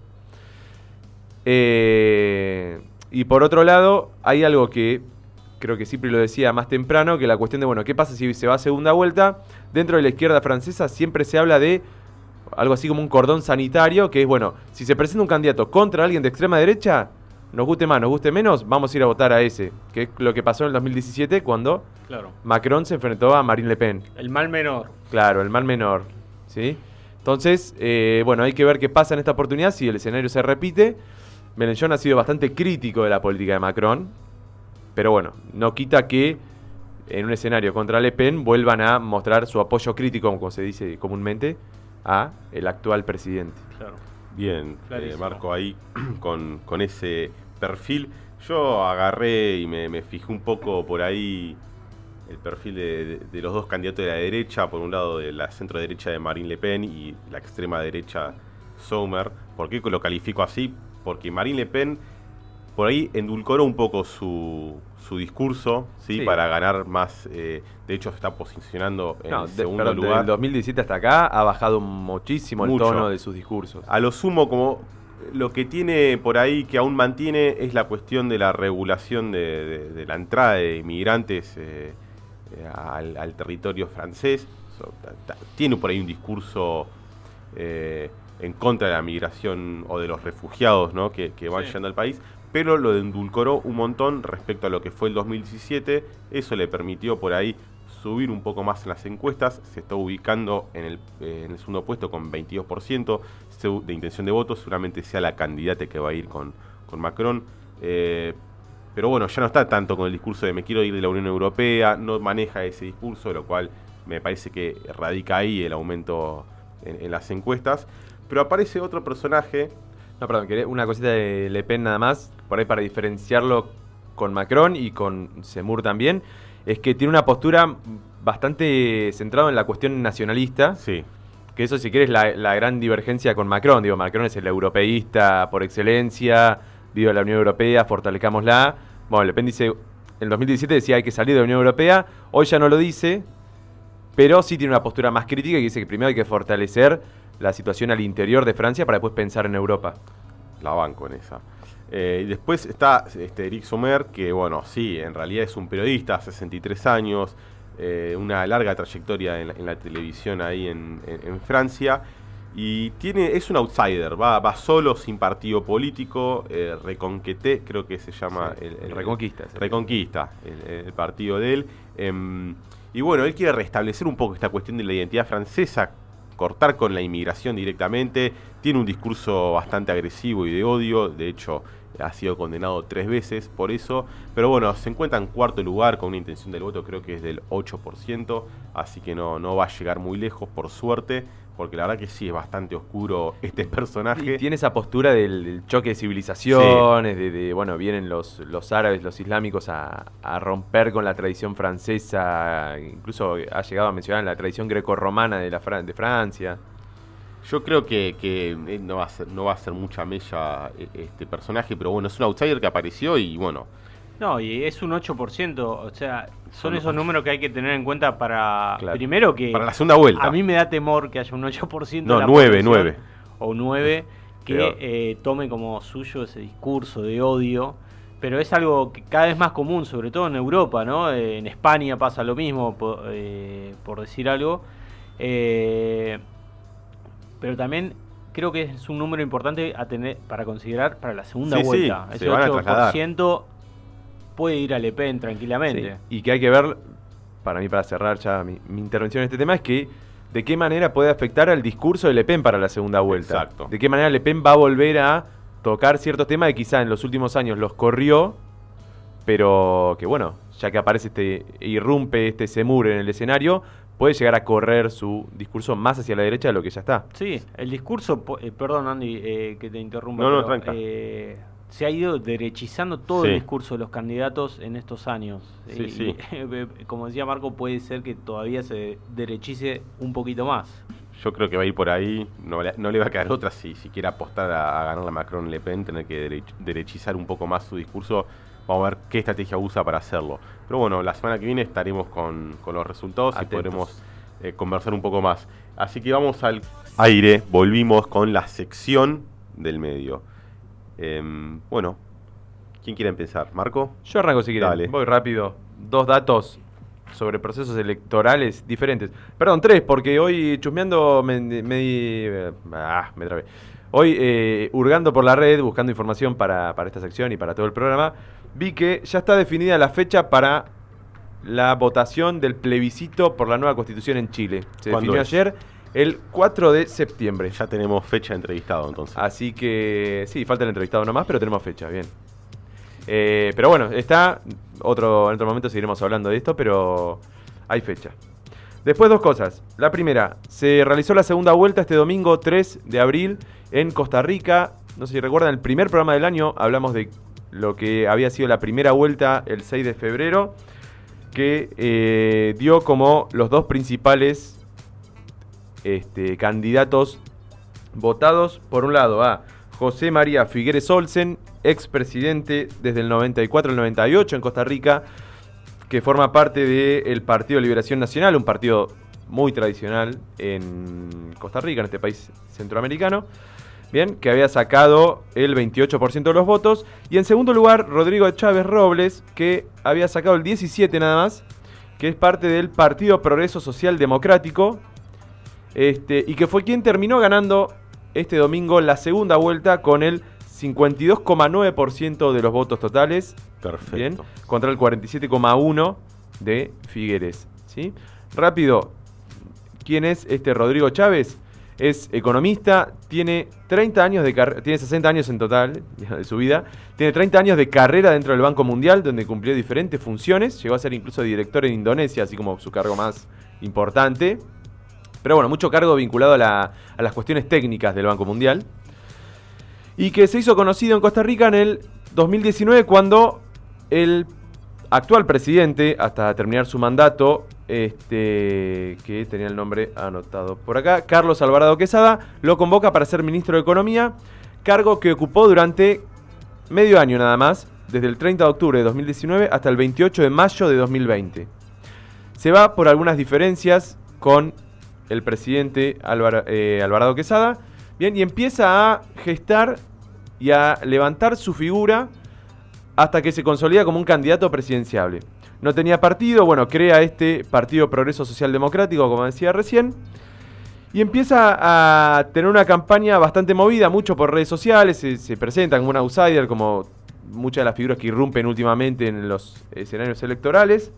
Eh, y por otro lado, hay algo que creo que Cipri lo decía más temprano, que la cuestión de, bueno, ¿qué pasa si se va a segunda vuelta? Dentro de la izquierda francesa siempre se habla de algo así como un cordón sanitario, que es, bueno, si se presenta un candidato contra alguien de extrema derecha, nos guste más, nos guste menos, vamos a ir a votar a ese, que es lo que pasó en el dos mil diecisiete cuando Claro. Macron se enfrentó a Marine Le Pen. El mal menor. Claro, el mal menor, ¿sí? Entonces, eh, bueno, hay que ver qué pasa en esta oportunidad, si el escenario se repite. Mélenchon ha sido bastante crítico de la política de Macron, pero bueno, no quita que en un escenario contra Le Pen vuelvan a mostrar su apoyo crítico, como se dice comúnmente, a el actual presidente. Claro. Bien, eh, Clarísimo. Marco, ahí con, con ese perfil. Yo agarré y me, me fijé un poco por ahí el perfil de, de- de los dos candidatos de la derecha, por un lado de la centro derecha de Marine Le Pen y la extrema derecha Sommer. ¿Por qué lo califico así? Porque Marine Le Pen por ahí endulcoró un poco su, su discurso, ¿sí? Sí. Para ganar más. Eh, de hecho, se está posicionando en No, el de- segundo perdón, lugar. del dos mil diecisiete hasta acá ha bajado muchísimo el Mucho. tono de sus discursos. A lo sumo, como lo que tiene por ahí que aún mantiene es la cuestión de la regulación de, de- de la entrada de inmigrantes eh, eh, al, al territorio francés. So, ta- ta- tiene por ahí un discurso eh, en contra de la migración o de los refugiados, ¿no? que, que van Sí. llegando al país, pero lo endulcoró un montón respecto a lo que fue el dos mil diecisiete. Eso le permitió por ahí subir un poco más en las encuestas. Se está ubicando en el, eh, en el segundo puesto con veintidós por ciento de intención de voto. Seguramente sea la candidata que va a ir con, con Macron. Eh, pero bueno, ya no está tanto con el discurso de me quiero ir de la Unión Europea. No maneja ese discurso, lo cual me parece que radica ahí el aumento en, en las encuestas. Pero aparece otro personaje. No, perdón, quería una cosita de Le Pen nada más, por ahí para diferenciarlo con Macron y con Zemmour también, es que tiene una postura bastante centrada en la cuestión nacionalista, Sí, que eso si quieres la, la gran divergencia con Macron. Digo, Macron es el europeísta por excelencia, viva la Unión Europea, fortalezcámosla. Bueno, Le Pen dice, en el dos mil diecisiete decía hay que salir de la Unión Europea, hoy ya no lo dice, pero sí tiene una postura más crítica que dice que primero hay que fortalecer la situación al interior de Francia para después pensar en Europa. la banco en esa. Eh, y después está este, Eric Sommer, que bueno, sí, en realidad es un periodista, sesenta y tres años, eh, una larga trayectoria en la, en la televisión ahí en, en- en Francia, y tiene, es un outsider, va, va solo, sin partido político, eh, Reconquete, creo que se llama Sí, el, el- Reconquista, sí. Reconquista, el, el partido de él. Em, y bueno, él quiere restablecer un poco esta cuestión de la identidad francesa, cortar con la inmigración directamente. Tiene un discurso bastante agresivo y de odio, de hecho ha sido condenado tres veces por eso, pero bueno, se encuentra en cuarto lugar con una intención del voto creo que es del ocho por ciento, así que no, no va a llegar muy lejos por suerte, porque la verdad que sí, es bastante oscuro este personaje. Y tiene esa postura del, del choque de civilizaciones, de, de, bueno, vienen los, los árabes, los islámicos a, a romper con la tradición francesa, incluso ha llegado a mencionar la tradición grecorromana de, la Fran- de Francia. Yo creo que, que eh, no, va a ser, no va a ser mucha mella eh, este personaje, pero bueno, es un outsider que apareció y bueno, No, y es un ocho por ciento, o sea, son Son esos ocho. números que hay que tener en cuenta para, Claro. primero que para la segunda vuelta. a mí me da temor que haya un ocho por ciento No, de la nueve, población, nueve. o nueve que Peor. eh, tome como suyo ese discurso de odio, pero es algo que cada vez más común, sobre todo en Europa, ¿no? Eh, en España pasa lo mismo, por, eh, por decir algo, eh, pero también creo que es un número importante a tener para considerar para la segunda Sí, sí, vuelta. se Ese van a ocho por trasladar. ciento puede ir a Le Pen tranquilamente. Sí, y que hay que ver, para mí, para cerrar ya mi, mi intervención en este tema, es que de qué manera puede afectar al discurso de Le Pen para la segunda vuelta. Exacto. De qué manera Le Pen va a volver a tocar ciertos temas que quizá en los últimos años los corrió, pero que bueno, ya que aparece este, irrumpe este Zemmour en el escenario, puede llegar a correr su discurso más hacia la derecha de lo que ya está. Sí, el discurso, po- eh, perdón Andy, eh, que te interrumpa, No, no, pero, tranca. eh, se ha ido derechizando todo Sí. el discurso de los candidatos en estos años. Sí, Y- sí. y, como decía Marco, puede ser que todavía se derechice un poquito más. Yo creo que va a ir por ahí, no le, no le va a quedar otra si, si quiere apostar a, a ganar la Macron-Le Pen, tener que derech- derechizar un poco más su discurso. Vamos a ver qué estrategia usa para hacerlo. Pero bueno, la semana que viene estaremos con, con los resultados Atentos. y podremos eh, conversar un poco más. Así que vamos al aire, volvimos con la sección del medio. Em, bueno, ¿quién quiere empezar? ¿Marco? Yo arranco si quieren. Dale. Voy rápido. Dos datos sobre procesos electorales diferentes. Perdón, tres, porque hoy chusmeando me, me di... eh, Ah, me trabé. Hoy, eh, hurgando por la red, buscando información para, para esta sección y para todo el programa, vi que ya está definida la fecha para la votación del plebiscito por la nueva constitución en Chile. Se ¿Cuándo definió es? ayer, el cuatro de septiembre. Ya tenemos fecha de entrevistado entonces. Así que sí, falta el entrevistado nomás, pero tenemos fecha, bien. Eh, pero bueno, está. Otro, en otro momento seguiremos hablando de esto, pero hay fecha. Después dos cosas. La primera, se realizó la segunda vuelta este domingo tres de abril en Costa Rica. No sé si recuerdan, el primer programa del año hablamos de lo que había sido la primera vuelta el seis de febrero, que eh, dio como los dos principales este, candidatos votados, por un lado, a José María Figueres Olsen, expresidente desde el noventa y cuatro al noventa y ocho en Costa Rica, que forma parte del Partido de Liberación Nacional, un partido muy tradicional en Costa Rica, en este país centroamericano. Bien, que había sacado el veintiocho por ciento de los votos. Y en segundo lugar, Rodrigo Chávez Robles, que había sacado el diecisiete por ciento nada más, que es parte del Partido Progreso Social Democrático, este, y que fue quien terminó ganando este domingo la segunda vuelta con el cincuenta y dos coma nueve por ciento de los votos totales. Perfecto. Bien, contra el cuarenta y siete coma uno por ciento de Figueres, ¿sí? Rápido, ¿quién es este Rodrigo Chávez? Es economista, tiene treinta años de car- tiene sesenta años en total de su vida, tiene treinta años de carrera dentro del Banco Mundial, donde cumplió diferentes funciones, llegó a ser incluso director en Indonesia, así como su cargo más importante. Pero bueno, mucho cargo vinculado a, la, a las cuestiones técnicas del Banco Mundial. Y que se hizo conocido en Costa Rica en el dos mil diecinueve cuando el actual presidente, hasta terminar su mandato, este, que tenía el nombre anotado por acá, Carlos Alvarado Quesada, lo convoca para ser ministro de Economía, cargo que ocupó durante medio año nada más, desde el treinta de octubre de dos mil diecinueve hasta el veintiocho de mayo de dos mil veinte. Se va por algunas diferencias con el presidente Alvar, eh, Alvarado Quesada, bien, y empieza a gestar y a levantar su figura hasta que se consolida como un candidato presidenciable. No tenía partido, bueno, crea este Partido Progreso Social Democrático, como decía recién, y empieza a tener una campaña bastante movida, mucho por redes sociales, se, se presenta como un outsider, como muchas de las figuras que irrumpen últimamente en los escenarios electorales.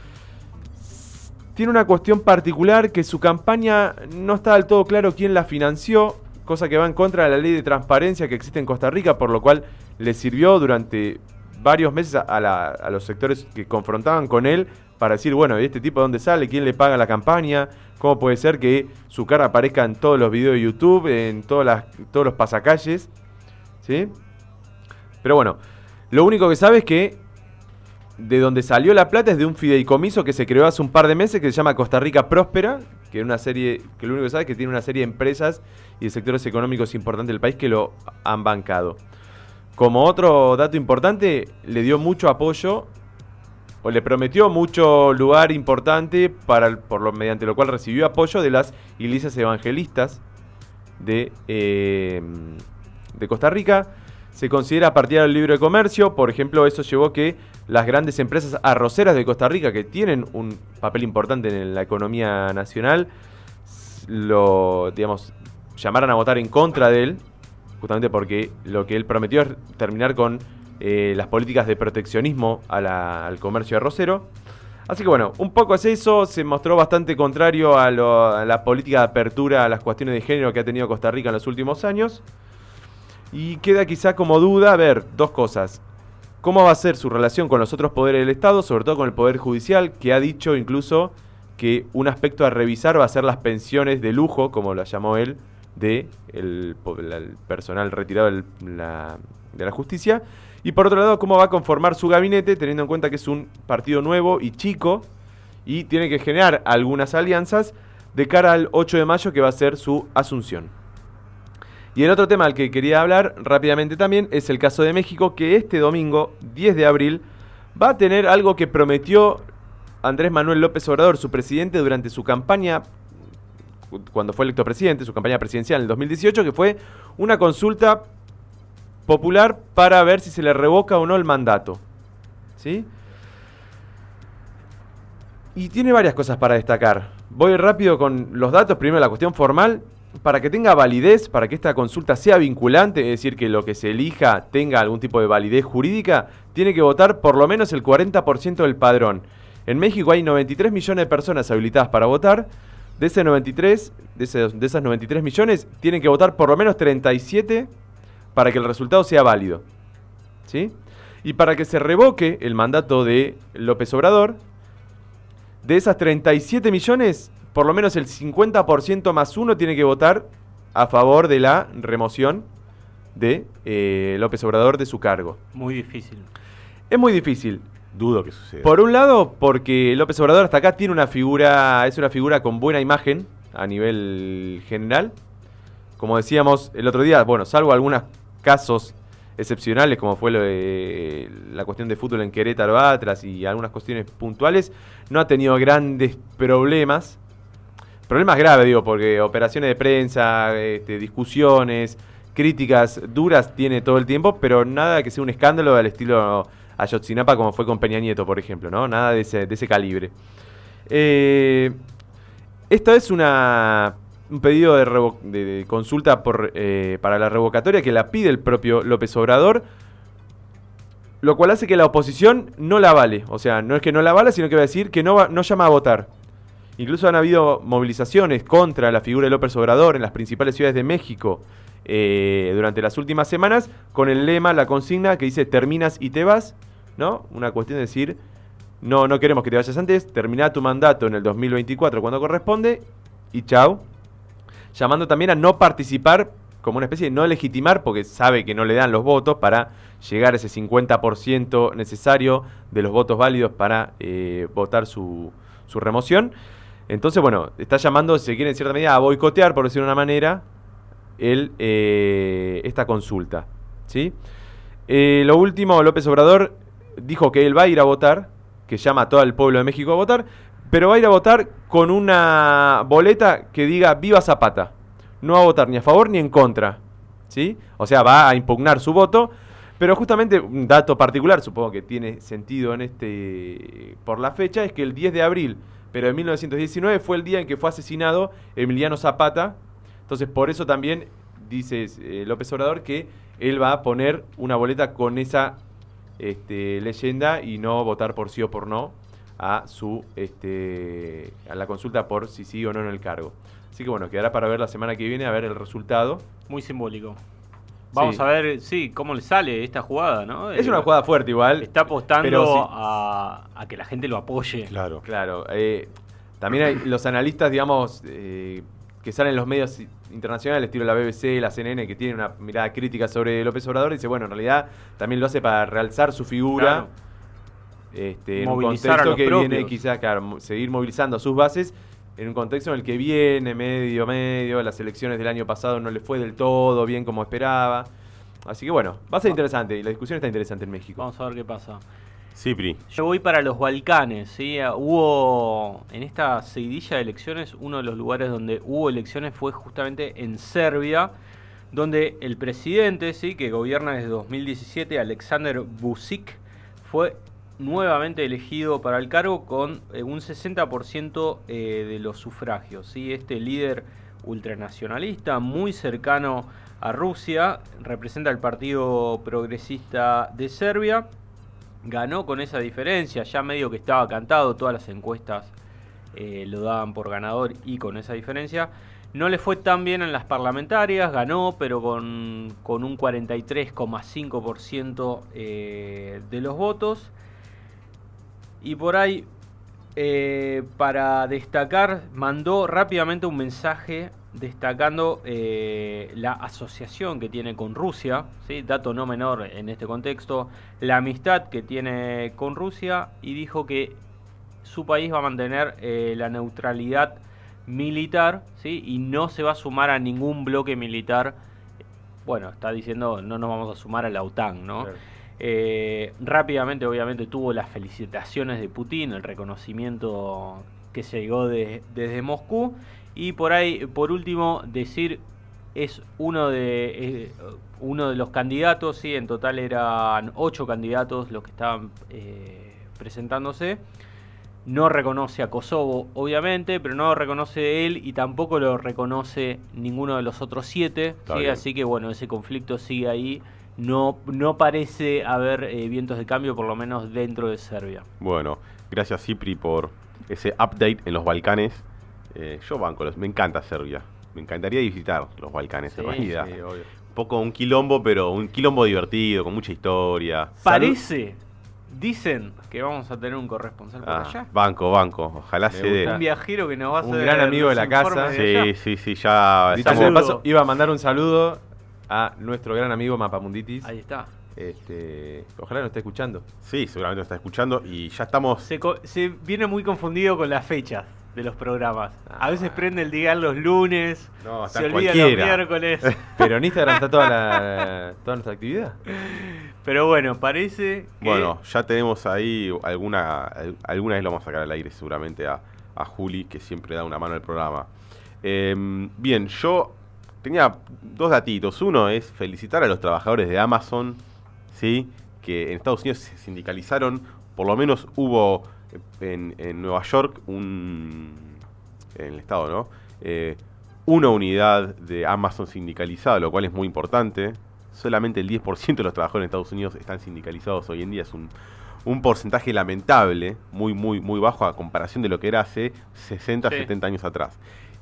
Tiene una cuestión particular, que su campaña no está del todo claro quién la financió, cosa que va en contra de la ley de transparencia que existe en Costa Rica, por lo cual le sirvió durante varios meses a, la, a los sectores que confrontaban con él para decir, bueno, ¿y este tipo de dónde sale? ¿Quién le paga la campaña? ¿Cómo puede ser que su cara aparezca en todos los videos de YouTube, en todas las, todos los pasacalles? ¿Sí? Pero bueno, lo único que sabe es que de donde salió la plata es de un fideicomiso que se creó hace un par de meses, que se llama Costa Rica Próspera, que es una serie, que lo único que sabe es que tiene una serie de empresas y de sectores económicos importantes del país que lo han bancado. Como otro dato importante, le dio mucho apoyo, o le prometió mucho lugar importante, para, por lo, mediante lo cual recibió apoyo de las iglesias evangelistas de, eh, de Costa Rica. Se considera partidario del libre comercio, por ejemplo, eso llevó a que las grandes empresas arroceras de Costa Rica, que tienen un papel importante en la economía nacional, lo, digamos, llamaran a votar en contra de él, justamente porque lo que él prometió es terminar con eh, las políticas de proteccionismo a la, al comercio arrocero. Así que bueno, un poco es eso, se mostró bastante contrario a, lo, a la política de apertura a las cuestiones de género que ha tenido Costa Rica en los últimos años. Y queda quizá como duda, a ver, dos cosas. ¿Cómo va a ser su relación con los otros poderes del Estado, sobre todo con el Poder Judicial, que ha dicho incluso que un aspecto a revisar va a ser las pensiones de lujo, como las llamó él, de el, el personal retirado del, la, de la justicia? Y por otro lado, cómo va a conformar su gabinete, teniendo en cuenta que es un partido nuevo y chico y tiene que generar algunas alianzas de cara al ocho de mayo, que va a ser su asunción. Y el otro tema al que quería hablar rápidamente también es el caso de México, que este domingo, diez de abril, va a tener algo que prometió Andrés Manuel López Obrador, su presidente, durante su campaña, cuando fue electo presidente, su campaña presidencial en el dos mil dieciocho, que fue una consulta popular para ver si se le revoca o no el mandato. ¿Sí? Y tiene varias cosas para destacar. Voy rápido con los datos. Primero, la cuestión formal. Para que tenga validez, para que esta consulta sea vinculante, es decir, que lo que se elija tenga algún tipo de validez jurídica, tiene que votar por lo menos el cuarenta por ciento del padrón. En México hay noventa y tres millones de personas habilitadas para votar. De, ese noventa y tres, de, ese, de esas noventa y tres millones, tienen que votar por lo menos treinta y siete para que el resultado sea válido. ¿Sí? Y para que se revoque el mandato de López Obrador, de esas treinta y siete millones, por lo menos el cincuenta por ciento más uno tiene que votar a favor de la remoción de eh, López Obrador de su cargo. Muy difícil. Es muy difícil. Dudo que suceda. Por un lado, porque López Obrador hasta acá tiene una figura, es una figura con buena imagen a nivel general. Como decíamos el otro día, bueno, salvo algunas casos excepcionales, como fue lo de, la cuestión de fútbol en Querétaro Atlas y algunas cuestiones puntuales, no ha tenido grandes problemas. Problemas graves, digo, porque operaciones de prensa, este, discusiones, críticas duras tiene todo el tiempo, pero nada que sea un escándalo al estilo Ayotzinapa como fue con Peña Nieto, por ejemplo, ¿no? Nada de ese, de ese calibre. Eh, esta es una, un pedido de, revo, de, de consulta por, eh, para la revocatoria que la pide el propio López Obrador, lo cual hace que la oposición no la vale. O sea, no es que no la vale, sino que va a decir que no, va, no llama a votar. Incluso han habido movilizaciones contra la figura de López Obrador en las principales ciudades de México eh, durante las últimas semanas, con el lema, la consigna que dice terminas y te vas, ¿no? Una cuestión de decir, no, no queremos que te vayas antes, termina tu mandato en el dos mil veinticuatro cuando corresponde y chau. Llamando también a no participar, como una especie de no legitimar, porque sabe que no le dan los votos para llegar a ese cincuenta por ciento necesario de los votos válidos para eh, votar su, su remoción. Entonces, bueno, está llamando, si se quiere en cierta medida, a boicotear, por decirlo de una manera, el, eh, esta consulta, ¿sí? Eh, lo último, López Obrador dijo que él va a ir a votar, que llama a todo el pueblo de México a votar, pero va a ir a votar con una boleta que diga Viva Zapata. No va a votar ni a favor ni en contra, ¿sí? O sea, va a impugnar su voto, pero justamente un dato particular, supongo que tiene sentido en este por la fecha, es que el diez de abril, pero de mil novecientos diecinueve, fue el día en que fue asesinado Emiliano Zapata. Entonces, por eso también dice eh, López Obrador que él va a poner una boleta con esa este, leyenda y no votar por sí o por no a su este, a la consulta por si sí o no en el cargo. Así que bueno, quedará para ver la semana que viene a ver el resultado. Muy simbólico. Vamos sí. a ver, sí, cómo le sale esta jugada, ¿no? Es eh, una jugada fuerte igual. Está apostando pero sí. a, a que la gente lo apoye. Claro. Claro. Eh, también hay los analistas, digamos, eh, que salen en los medios internacionales, estilo la B B C, la C N N, que tienen una mirada crítica sobre López Obrador, y dice, bueno, en realidad también lo hace para realzar su figura. Claro. Este, en Movilizar un contexto a los que propios. viene quizás, claro, seguir movilizando a sus bases en un contexto en el que viene medio, medio, las elecciones del año pasado no le fue del todo bien como esperaba. Así que bueno, va a ser interesante y la discusión está interesante en México. Vamos a ver qué pasa. Sí, Pri. Yo voy para los Balcanes, ¿sí? Hubo, en esta seguidilla de elecciones, uno de los lugares donde hubo elecciones fue justamente en Serbia, donde el presidente, ¿sí?, que gobierna desde dos mil diecisiete, Aleksandar Vučić, fue nuevamente elegido para el cargo con eh, un sesenta por ciento eh, de los sufragios, ¿sí? Este líder ultranacionalista, muy cercano a Rusia, representa al Partido Progresista de Serbia, ganó con esa diferencia, ya medio que estaba cantado, todas las encuestas eh, lo daban por ganador y con esa diferencia. No le fue tan bien en las parlamentarias, ganó, pero con, con un cuarenta y tres coma cinco por ciento eh, de los votos. Y por ahí, eh, para destacar, mandó rápidamente un mensaje destacando eh, la asociación que tiene con Rusia, ¿sí? Dato no menor en este contexto, la amistad que tiene con Rusia, y dijo que su país va a mantener eh, la neutralidad militar, ¿sí?, y no se va a sumar a ningún bloque militar. Bueno, está diciendo no nos vamos a sumar a la OTAN, ¿no? Claro. Eh, rápidamente, obviamente, tuvo las felicitaciones de Putin, el reconocimiento que se llegó de, desde Moscú. Y por ahí, por último, decir, es uno de eh, uno de los candidatos, ¿sí? En total eran ocho candidatos los que estaban eh, presentándose. No reconoce a Kosovo, obviamente, pero no lo reconoce él y tampoco lo reconoce ninguno de los otros siete, ¿sí? Así que bueno, ese conflicto sigue ahí. No, no parece haber eh, vientos de cambio, por lo menos dentro de Serbia. Bueno, gracias Cipri por ese update en los Balcanes. Eh, yo banco, me encanta Serbia. Me encantaría visitar los Balcanes, Sí, en realidad. Sí, obvio. Un poco un quilombo, pero un quilombo divertido, con mucha historia. Parece, dicen que vamos a tener un corresponsal por Ah, allá. banco, banco. Ojalá Me se dé. gusta. Un viajero que nos va a Un hacer gran amigo de los la casa. informes de allá. Sí, sí, sí, ya Dicho estamos. sea de Saludo. paso, iba a mandar un saludo a nuestro gran amigo Mapamunditis. Ahí está. Este, ojalá nos esté escuchando. Sí, seguramente nos está escuchando y ya estamos. Se, co- se viene muy confundido con las fechas. de los programas. A veces prende el Digan los lunes, No, está se olvida cualquiera. los miércoles. Pero en Instagram está toda, la, toda nuestra actividad. Pero bueno, parece que... Bueno, ya tenemos ahí alguna, alguna vez lo vamos a sacar al aire seguramente a, a Juli, que siempre da una mano al programa. Eh, bien, yo tenía dos datitos. Uno es felicitar a los trabajadores de Amazon, ¿sí? Que en Estados Unidos se sindicalizaron. Por lo menos hubo en, en Nueva York, un, en el estado, ¿no? Eh, una unidad de Amazon sindicalizada, lo cual es muy importante. Solamente el diez por ciento de los trabajadores en Estados Unidos están sindicalizados hoy en día. Es un, un porcentaje lamentable, muy, muy, muy bajo a comparación de lo que era hace sesenta, Sí. setenta años atrás.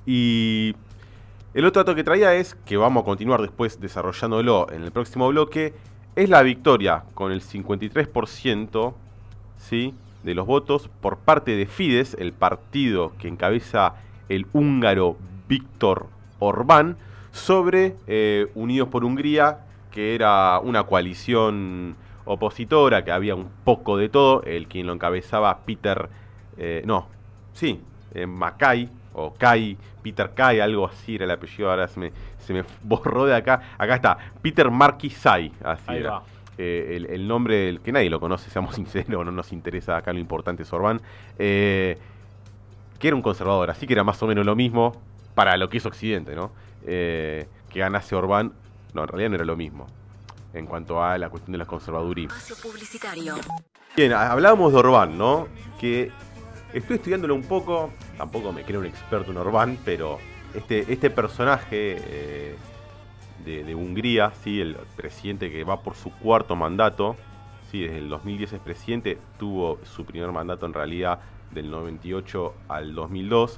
Y el otro dato que traía es, que vamos a continuar después desarrollándolo en el próximo bloque, es la victoria con el cincuenta y tres por ciento, ¿sí?, de los votos por parte de Fidesz, el partido que encabeza el húngaro Viktor Orbán, sobre eh, Unidos por Hungría, que era una coalición opositora, que había un poco de todo. El quien lo encabezaba, Peter, eh, no, sí, eh, Mackay, o Kai, Peter Kai, algo así era el apellido, ahora se me, se me borró de acá. Acá está, Peter Markizai, así Ahí era. va. Eh, el, el nombre del que nadie lo conoce, seamos sinceros, no nos interesa acá, lo importante es Orbán, eh, que era un conservador, así que era más o menos lo mismo para lo que es Occidente, ¿no? Eh, que ganase Orbán, no, en realidad no era lo mismo, en cuanto a la cuestión de la conservadurismo. Espacio publicitario. Bien, hablábamos de Orbán, ¿no? Que estoy estudiándolo un poco, tampoco me creo un experto en Orbán, pero este, este personaje eh, de, de Hungría, ¿sí?, el presidente que va por su cuarto mandato, ¿sí?, desde el dos mil diez es presidente, tuvo su primer mandato en realidad del noventa y ocho al dos mil dos,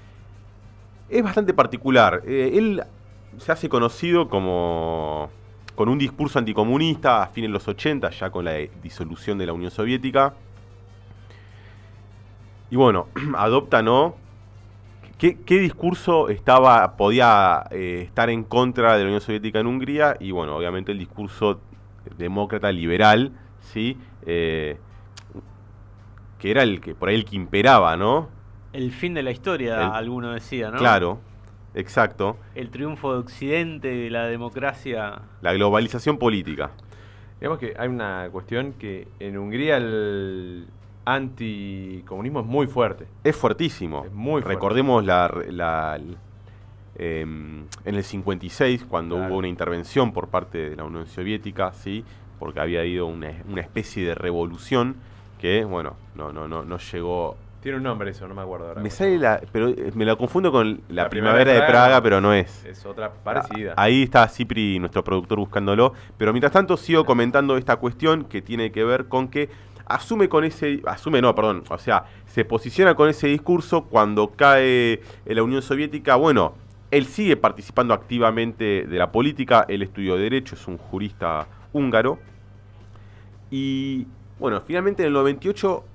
es bastante particular. Eh, él se hace conocido como con un discurso anticomunista a fines de los ochenta, ya con la disolución de la Unión Soviética. Y bueno, adopta, ¿no? ¿Qué, qué discurso estaba, podía eh, estar en contra de la Unión Soviética en Hungría? Y bueno, obviamente el discurso demócrata liberal, ¿sí? Eh, que era el que por ahí el que imperaba, ¿no? El fin de la historia, El- alguno decía, ¿no? Claro, exacto. El triunfo de Occidente, de la democracia. La globalización política. Digamos que hay una cuestión que en Hungría el anticomunismo es muy fuerte. Es fuertísimo. Es muy fuerte. Recordemos la, la- eh, en el cincuenta y seis, cuando Claro. hubo una intervención por parte de la Unión Soviética, ¿sí? Porque había habido una, una especie de revolución que, bueno, no, no, no, no llegó. Tiene un nombre eso, no me acuerdo ahora. Me cómo sale se llama. la, pero eh, me la confundo con la, La primavera, primavera de de Praga, Praga, pero no es. Es otra parecida. Ah, ahí está Cipri, nuestro productor, buscándolo. Pero mientras tanto sigo comentando esta cuestión que tiene que ver con que asume con ese... Asume, no, perdón. O sea, se posiciona con ese discurso cuando cae en la Unión Soviética. Bueno, él sigue participando activamente de la política. Él estudió Derecho, es un jurista húngaro. Y bueno, finalmente en el noventa y ocho...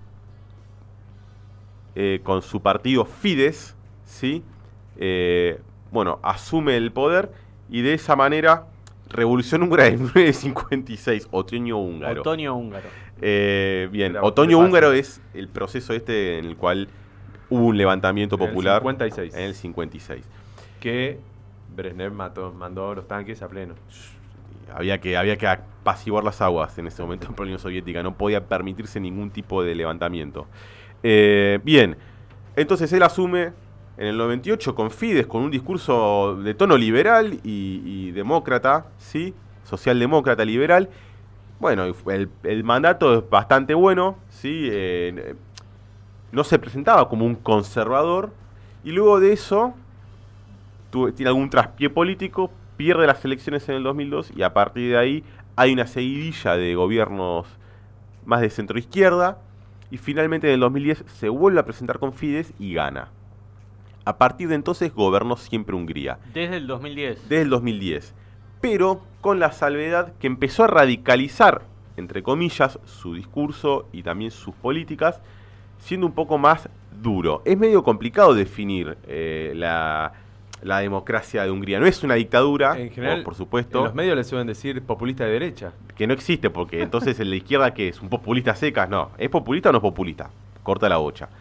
Eh, con su partido Fidesz, ¿sí? Eh, bueno, asume el poder y de esa manera, Revolución Húngara de mil novecientos cincuenta y seis, Otoño Húngaro. Otoño húngaro. Eh, bien, Era Otoño bastante Húngaro fácil. es el proceso este en el cual hubo un levantamiento En el popular cincuenta y seis. en el cincuenta y seis. Que Brezhnev mató, mandó los tanques a pleno. Había que, había que apaciguar las aguas en ese momento en la Unión Soviética, no podía permitirse ningún tipo de levantamiento. Eh, bien, entonces él asume en el noventa y ocho con Fidesz, con un discurso de tono liberal y, y demócrata, ¿sí? Socialdemócrata liberal. Bueno, el, el mandato es bastante bueno, ¿sí? Eh, no se presentaba como un conservador y luego de eso tuvo, tiene algún traspié político, pierde las elecciones en el dos mil dos y a partir de ahí hay una seguidilla de gobiernos más de centro-izquierda y finalmente en el dos mil diez se vuelve a presentar con Fidesz y gana. A partir de entonces gobernó siempre Hungría, Desde el dos mil diez. desde el dos mil diez, pero con la salvedad que empezó a radicalizar, entre comillas, su discurso y también sus políticas, siendo un poco más duro. Es medio complicado definir eh, la, la democracia de Hungría. No es una dictadura, En general, por, por supuesto, En los medios le suelen decir populista de derecha. que no existe, porque entonces el de izquierda, que es un populista secas, no. ¿Es populista o no es populista? Corta la bocha.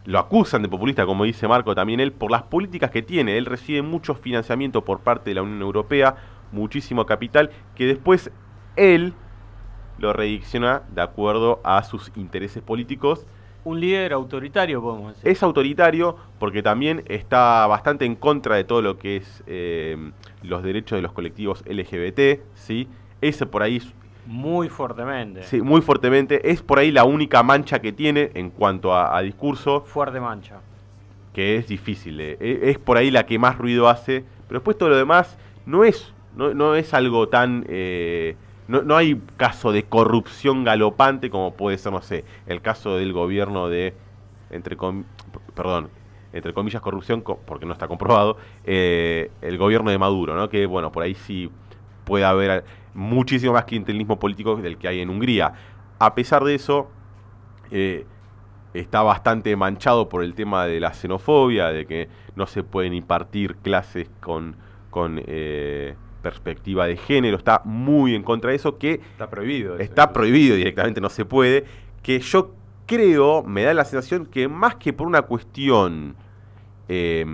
lo acusan de populista, como dice Marco también él, por las políticas que tiene. Él recibe mucho financiamiento por parte de la Unión Europea, muchísimo capital, que después él lo redicciona de acuerdo a sus intereses políticos. Un líder autoritario, podemos decir. Es autoritario porque también está bastante en contra de todo lo que es eh, los derechos de los colectivos L G B T, ¿sí? Ese por ahí... Muy fuertemente. Sí, muy fuertemente. Es por ahí la única mancha que tiene en cuanto a, a discurso. Fuerte mancha. Que es difícil. Eh. Es por ahí la que más ruido hace. Pero después todo lo demás no es, no, no es algo tan... Eh, no, no hay caso de corrupción galopante como puede ser, no sé, el caso del gobierno de... entre com, Perdón. Entre comillas corrupción, porque no está comprobado. Eh, el gobierno de Maduro, ¿no? Que bueno, por ahí sí puede haber muchísimo más clientelismo político del que hay en Hungría. A pesar de eso, eh, está bastante manchado por el tema de la xenofobia, de que no se pueden impartir clases con, con eh, perspectiva de género. Está muy en contra de eso, que está prohibido. Eso, está eso. prohibido directamente, no se puede. Que yo creo, me da la sensación que más que por una cuestión... Eh,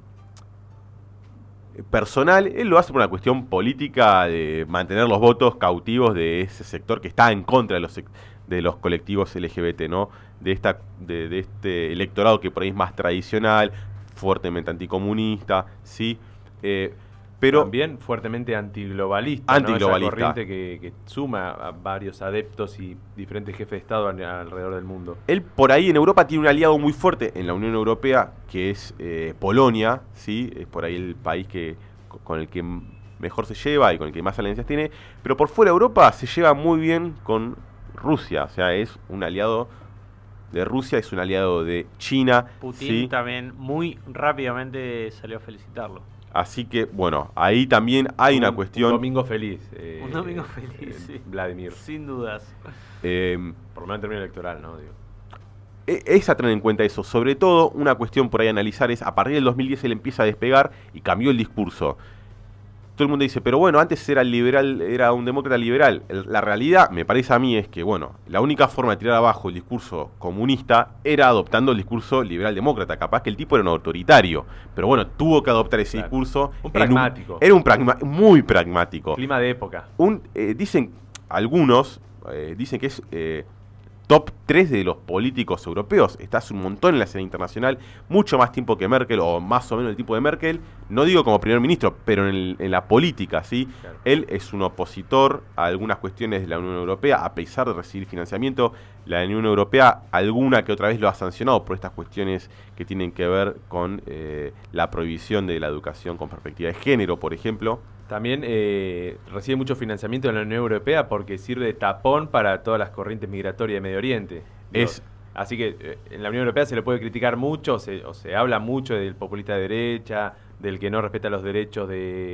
personal, él lo hace por una cuestión política de mantener los votos cautivos de ese sector que está en contra de los de los colectivos L G B T, ¿no? De esta de, de este electorado que por ahí es más tradicional, fuertemente anticomunista, sí, eh, pero también fuertemente antiglobalista, antiglobalista, ¿no? Esa corriente que, que suma a varios adeptos y diferentes jefes de Estado alrededor del mundo. Él por ahí en Europa tiene un aliado muy fuerte en la Unión Europea, que es eh, Polonia, ¿sí? Es por ahí el país que con el que mejor se lleva y con el que más alianzas tiene, pero por fuera de Europa se lleva muy bien con Rusia, o sea, es un aliado de Rusia, es un aliado de China. Putin ¿sí? también muy rápidamente salió a felicitarlo. Así que, bueno, ahí también hay un, una cuestión... Un domingo feliz. Eh, un domingo feliz, eh, sí. Vladimir. Sin dudas. Eh, Por lo menos en términos electoral, ¿no? Digo. Es a tener en cuenta eso. Sobre todo, una cuestión por ahí a analizar es, a partir del dos mil diez él empieza a despegar y cambió el discurso. Todo el mundo dice, pero bueno, antes era liberal, era un demócrata liberal. La realidad, me parece a mí, es que, bueno, la única forma de tirar abajo el discurso comunista era adoptando el discurso liberal-demócrata. Capaz que el tipo era un autoritario, pero bueno, tuvo que adoptar ese claro. discurso. Un pragmático. Un, era un pragma, muy pragmático. Clima de época. Un, eh, dicen, algunos, eh, dicen que es... Eh, top tres de los políticos europeos. Está hace un montón en la escena internacional, mucho más tiempo que Merkel, o más o menos el tipo de Merkel. No digo como primer ministro, pero en, el, en la política, ¿sí? Claro. Él es un opositor a algunas cuestiones de la Unión Europea, a pesar de recibir financiamiento. La Unión Europea, alguna que otra vez lo ha sancionado por estas cuestiones que tienen que ver con eh, la prohibición de la educación con perspectiva de género, por ejemplo. También eh, recibe mucho financiamiento de la Unión Europea porque sirve de tapón para todas las corrientes migratorias de Medio Oriente. Digo, es así que eh, en la Unión Europea se le puede criticar mucho, o se, o se habla mucho del populista de derecha, del que no respeta los derechos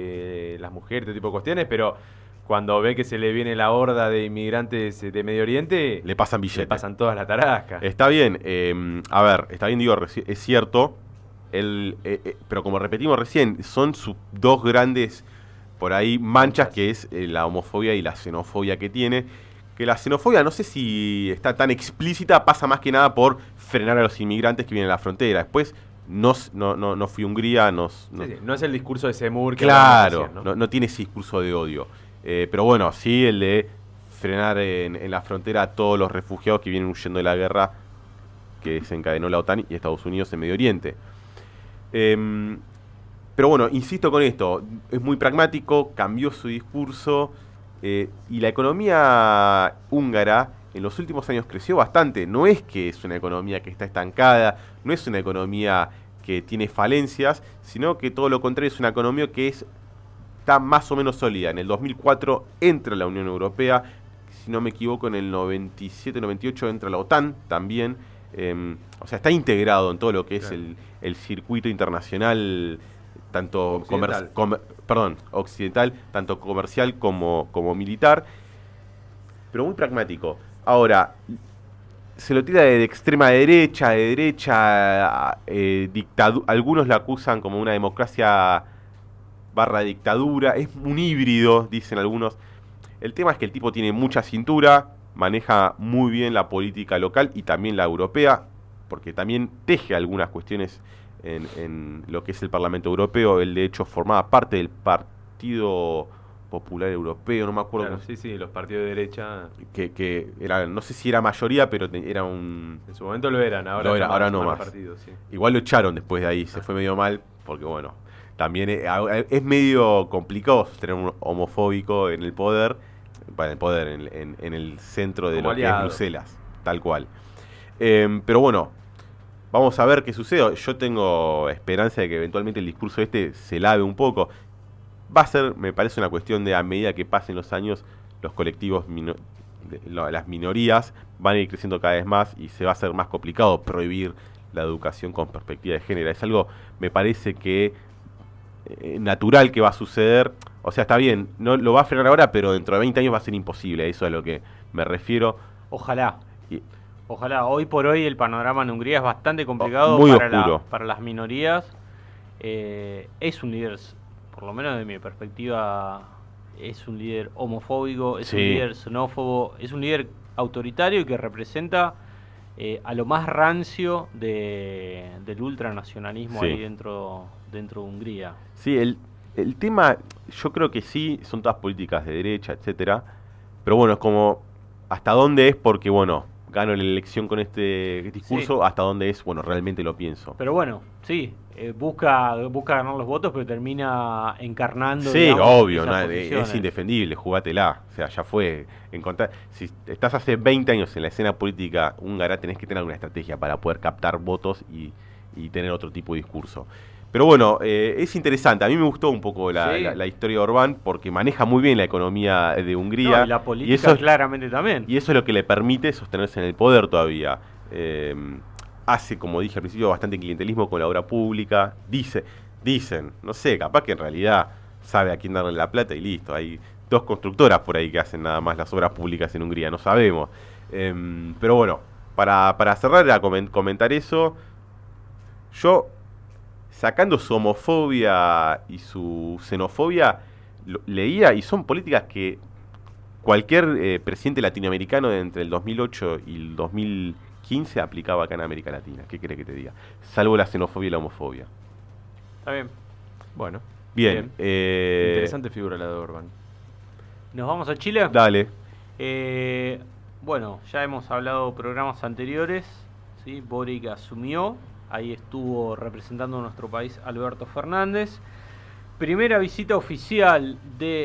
de las mujeres, este tipo de cuestiones, pero cuando ve que se le viene la horda de inmigrantes de Medio Oriente, le pasan billetes. Le pasan todas las tarascas. Está bien, eh, a ver, está bien, digo, es cierto, el, eh, eh, pero como repetimos recién, son sus dos grandes... por ahí manchas, que es eh, la homofobia y la xenofobia que tiene, que la xenofobia no sé si está tan explícita, pasa más que nada por frenar a los inmigrantes que vienen a la frontera. Después no, no, no, no fui a Hungría, no, no, sí, sí, no es el discurso de Semur que claro, recién, ¿no? No, no tiene ese discurso de odio, eh, pero bueno, sí el de frenar en, en la frontera a todos los refugiados que vienen huyendo de la guerra que desencadenó la OTAN y Estados Unidos en Medio Oriente. Eh, Pero bueno, insisto con esto, es muy pragmático, cambió su discurso eh, y la economía húngara en los últimos años creció bastante. No es que es una economía que está estancada, no es una economía que tiene falencias, sino que todo lo contrario, es una economía que es, está más o menos sólida. En el dos mil cuatro entra la Unión Europea, si no me equivoco en el noventa y siete noventa y ocho entra la OTAN también. Eh, o sea, está integrado en todo lo que es claro. el, el circuito internacional, tanto occidental. Comer, perdón, occidental, tanto comercial como, como militar, pero muy pragmático. Ahora, se lo tira de extrema derecha, de derecha, eh, dictadu- algunos la acusan como una democracia barra dictadura, es un híbrido, dicen algunos. El tema es que el tipo tiene mucha cintura, maneja muy bien la política local y también la europea, porque también teje algunas cuestiones en, en lo que es el Parlamento Europeo. Él de hecho formaba parte del Partido Popular Europeo, no me acuerdo. Claro, sí, sí, los partidos de derecha. Que, que era, no sé si era mayoría, pero te, era un... En su momento lo eran, ahora, lo era, más, ahora no más. Partidos, sí. Igual lo echaron después de ahí, se fue medio mal, porque bueno, también es, es medio complicado tener un homofóbico en el poder, bueno, en el poder, en, en, en el centro de Como lo aliado. que es Bruselas, tal cual. Eh, pero bueno, vamos a ver qué sucede. Yo tengo esperanza de que eventualmente el discurso este se lave un poco. Va a ser, me parece, una cuestión de a medida que pasen los años, los colectivos, mino, de, lo, las minorías van a ir creciendo cada vez más y se va a hacer más complicado prohibir la educación con perspectiva de género. Es algo, me parece que eh, natural que va a suceder. O sea, está bien, no lo va a frenar ahora, pero dentro de veinte años va a ser imposible. Eso es a lo que me refiero. Ojalá. Y, Ojalá. Hoy por hoy el panorama en Hungría es bastante complicado oh, muy para, oscuro. la, para las minorías. Eh, es un líder, por lo menos de mi perspectiva, es un líder homofóbico, es sí. un líder xenófobo, es un líder autoritario y que representa eh, a lo más rancio de, del ultranacionalismo sí. ahí dentro, dentro de Hungría. Sí, el, el tema, yo creo que sí, son todas políticas de derecha, etcétera. Pero bueno, es como, ¿hasta dónde es? Porque bueno, gano la elección con este discurso, sí. Hasta dónde es, bueno, realmente lo pienso. Pero bueno, sí, eh, busca busca ganar los votos, pero termina encarnando. Sí, digamos, obvio, no, es indefendible, jugátela. O sea, ya fue. Encontrar, si estás hace veinte años en la escena política húngara, tenés que tener una estrategia para poder captar votos y, y tener otro tipo de discurso. Pero bueno, eh, es interesante. A mí me gustó un poco la, sí. la, la historia de Orbán porque maneja muy bien la economía de Hungría. No, y la política y eso es, claramente también. Y eso es lo que le permite sostenerse en el poder todavía. Eh, hace, como dije al principio, bastante clientelismo con la obra pública. Dice, dicen, no sé, capaz que en realidad sabe a quién darle la plata y listo. Hay dos constructoras por ahí que hacen nada más las obras públicas en Hungría, no sabemos. Eh, pero bueno, para, para cerrar a comentar eso, yo... sacando su homofobia y su xenofobia, lo, leía, y son políticas que cualquier eh, presidente latinoamericano de entre el dos mil ocho y el dos mil quince aplicaba acá en América Latina. ¿Qué crees que te diga? Salvo la xenofobia y la homofobia. Está bien. Bueno. Bien. bien. Eh, Interesante figura la de Orbán. ¿Nos vamos a Chile? Dale. Eh, bueno, ya hemos hablado programas anteriores, ¿sí? Boric asumió. Ahí estuvo representando a nuestro país Alberto Fernández. Primera visita oficial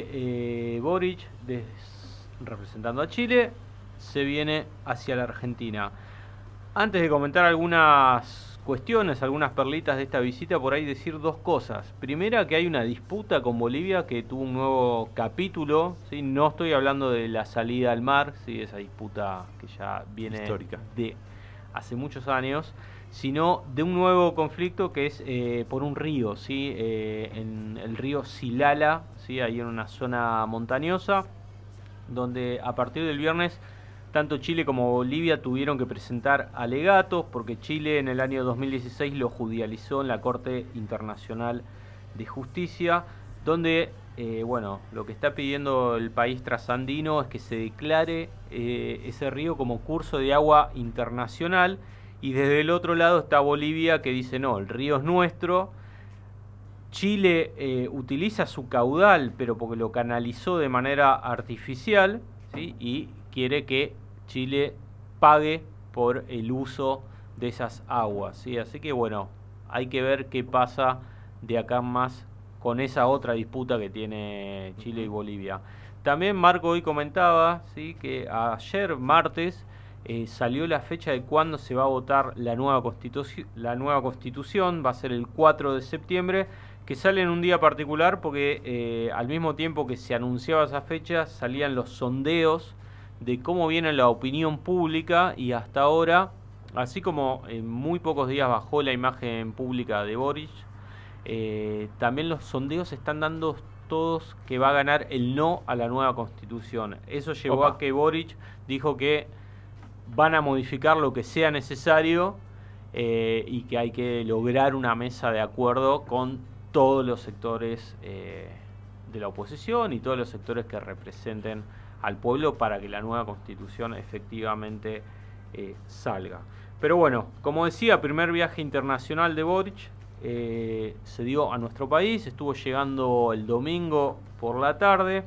de eh, Boric de, representando a Chile. Se viene hacia la Argentina. Antes de comentar algunas cuestiones, algunas perlitas de esta visita, por ahí decir dos cosas. Primera, que hay una disputa con Bolivia que tuvo un nuevo capítulo, ¿sí? No estoy hablando de la salida al mar, ¿sí? Esa disputa que ya viene histórica de hace muchos años, sino de un nuevo conflicto que es eh, por un río, ¿sí? Eh, en el río Silala, ¿sí? Ahí en una zona montañosa, donde a partir del viernes tanto Chile como Bolivia tuvieron que presentar alegatos, porque Chile en el año dos mil dieciséis lo judicializó en la Corte Internacional de Justicia, donde eh, bueno, lo que está pidiendo el país trasandino es que se declare eh, ese río como curso de agua internacional. Y desde el otro lado está Bolivia, que dice no, el río es nuestro. Chile eh, utiliza su caudal, pero porque lo canalizó de manera artificial, ¿sí? Y quiere que Chile pague por el uso de esas aguas, ¿sí? Así que bueno, hay que ver qué pasa de acá en más con esa otra disputa que tiene Chile y Bolivia. También Marco hoy comentaba, ¿sí? Que ayer martes Eh, salió la fecha de cuándo se va a votar la nueva constitución, la nueva constitución, va a ser el cuatro de septiembre, que sale en un día particular porque eh, al mismo tiempo que se anunciaba esa fecha, salían los sondeos de cómo viene la opinión pública, y hasta ahora, así como en muy pocos días bajó la imagen pública de Boric, eh, también los sondeos están dando todos que va a ganar el no a la nueva constitución. Eso llevó Opa. a que Boric dijo que van a modificar lo que sea necesario eh, y que hay que lograr una mesa de acuerdo con todos los sectores eh, de la oposición y todos los sectores que representen al pueblo para que la nueva constitución efectivamente eh, salga. Pero bueno, como decía, primer viaje internacional de Boric eh, se dio a nuestro país, estuvo llegando el domingo por la tarde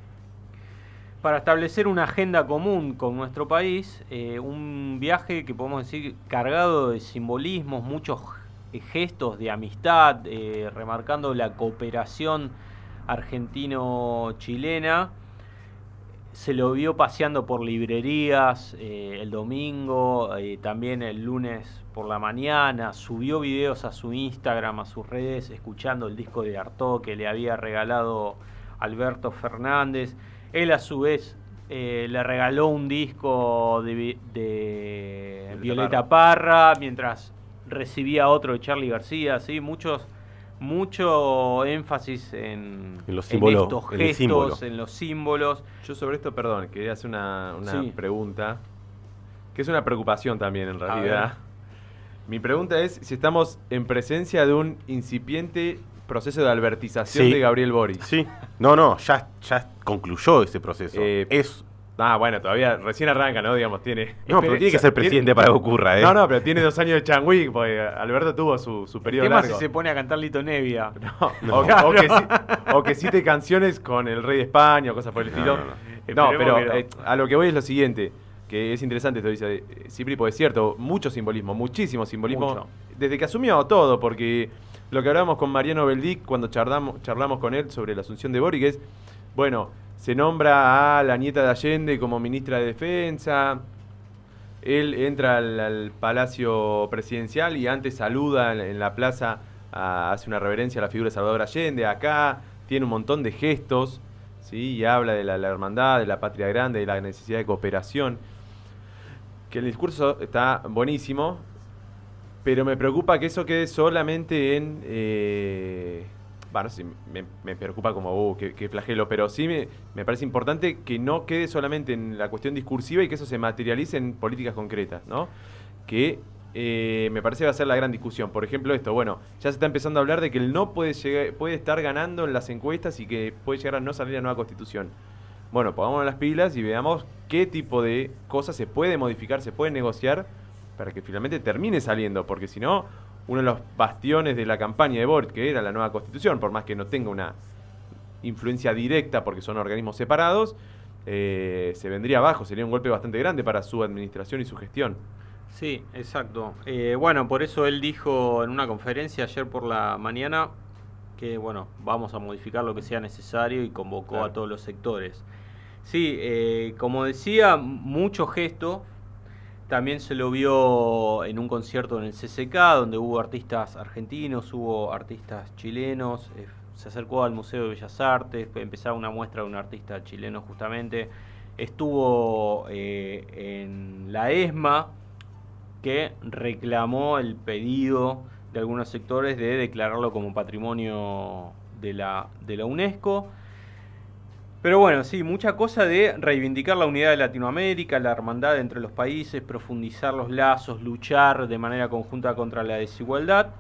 para establecer una agenda común con nuestro país, eh, un viaje que podemos decir cargado de simbolismos, muchos gestos de amistad, eh, remarcando la cooperación argentino-chilena. Se lo vio paseando por librerías eh, el domingo, eh, también el lunes por la mañana, subió videos a su Instagram, a sus redes, escuchando el disco de Artaud que le había regalado Alberto Fernández. Él a su vez eh, le regaló un disco de, de Violeta Parra, mientras recibía otro de Charly García, ¿sí? Muchos... Mucho énfasis en, en, los símbolos, en estos en gestos, en los símbolos. Yo sobre esto, perdón, quería hacer una, una sí. pregunta, que es una preocupación también en realidad. Mi pregunta es si estamos en presencia de un incipiente proceso de albertización sí. de Gabriel Boric. Sí, no, no, ya, ya concluyó ese proceso. Eh, es... Ah, bueno, todavía recién arranca, ¿no? Digamos, tiene... No, pero tiene que ser presidente tiene, para que ocurra, ¿eh? No, no, pero tiene dos años de Chanwick, porque Alberto tuvo su, su periodo ¿Qué más largo. si se pone a cantar Lito Nevia? No, no. O, Claro. o, que, o que cite canciones con el rey de España o cosas por el estilo. No, no, no. no pero no. eh, a lo que voy es lo siguiente, que es interesante esto, dice eh, Cipri, porque es cierto, mucho simbolismo, muchísimo simbolismo, Mucho. desde que asumió todo, porque lo que hablábamos con Mariano Beldic cuando charlamos, charlamos con él sobre la asunción de Boric es, bueno... Se nombra a la nieta de Allende como ministra de Defensa. Él entra al, al Palacio Presidencial y antes saluda en, en la plaza, a, hace una reverencia a la figura de Salvador Allende. Acá tiene un montón de gestos, ¿sí? Y habla de la, la hermandad, de la patria grande, de la necesidad de cooperación. Que el discurso está buenísimo, pero me preocupa que eso quede solamente en... Eh, Bueno, sí, me, me preocupa como, uh, que, que flagelo, pero sí me, me parece importante que no quede solamente en la cuestión discursiva y que eso se materialice en políticas concretas, ¿no? Que eh, me parece va a ser la gran discusión. Por ejemplo, esto, bueno, ya se está empezando a hablar de que el no puede, llegar, puede estar ganando en las encuestas y que puede llegar a no salir la nueva constitución. Bueno, pongámonos las pilas y veamos qué tipo de cosas se puede modificar, se puede negociar para que finalmente termine saliendo, porque si no... Uno de los bastiones de la campaña de Boric, que era la nueva constitución, por más que no tenga una influencia directa porque son organismos separados, eh, se vendría abajo, sería un golpe bastante grande para su administración y su gestión. Sí, exacto. Eh, bueno, por eso él dijo en una conferencia ayer por la mañana que, bueno, vamos a modificar lo que sea necesario y convocó claro. a todos los sectores. Sí, eh, como decía, mucho gesto. También se lo vio en un concierto en el C C K, donde hubo artistas argentinos, hubo artistas chilenos, eh, se acercó al Museo de Bellas Artes, empezaba una muestra de un artista chileno justamente, estuvo eh, en la ESMA, que reclamó el pedido de algunos sectores de declararlo como patrimonio de la, de la UNESCO. Pero bueno, sí, mucha cosa de reivindicar la unidad de Latinoamérica, la hermandad entre los países, profundizar los lazos, luchar de manera conjunta contra la desigualdad.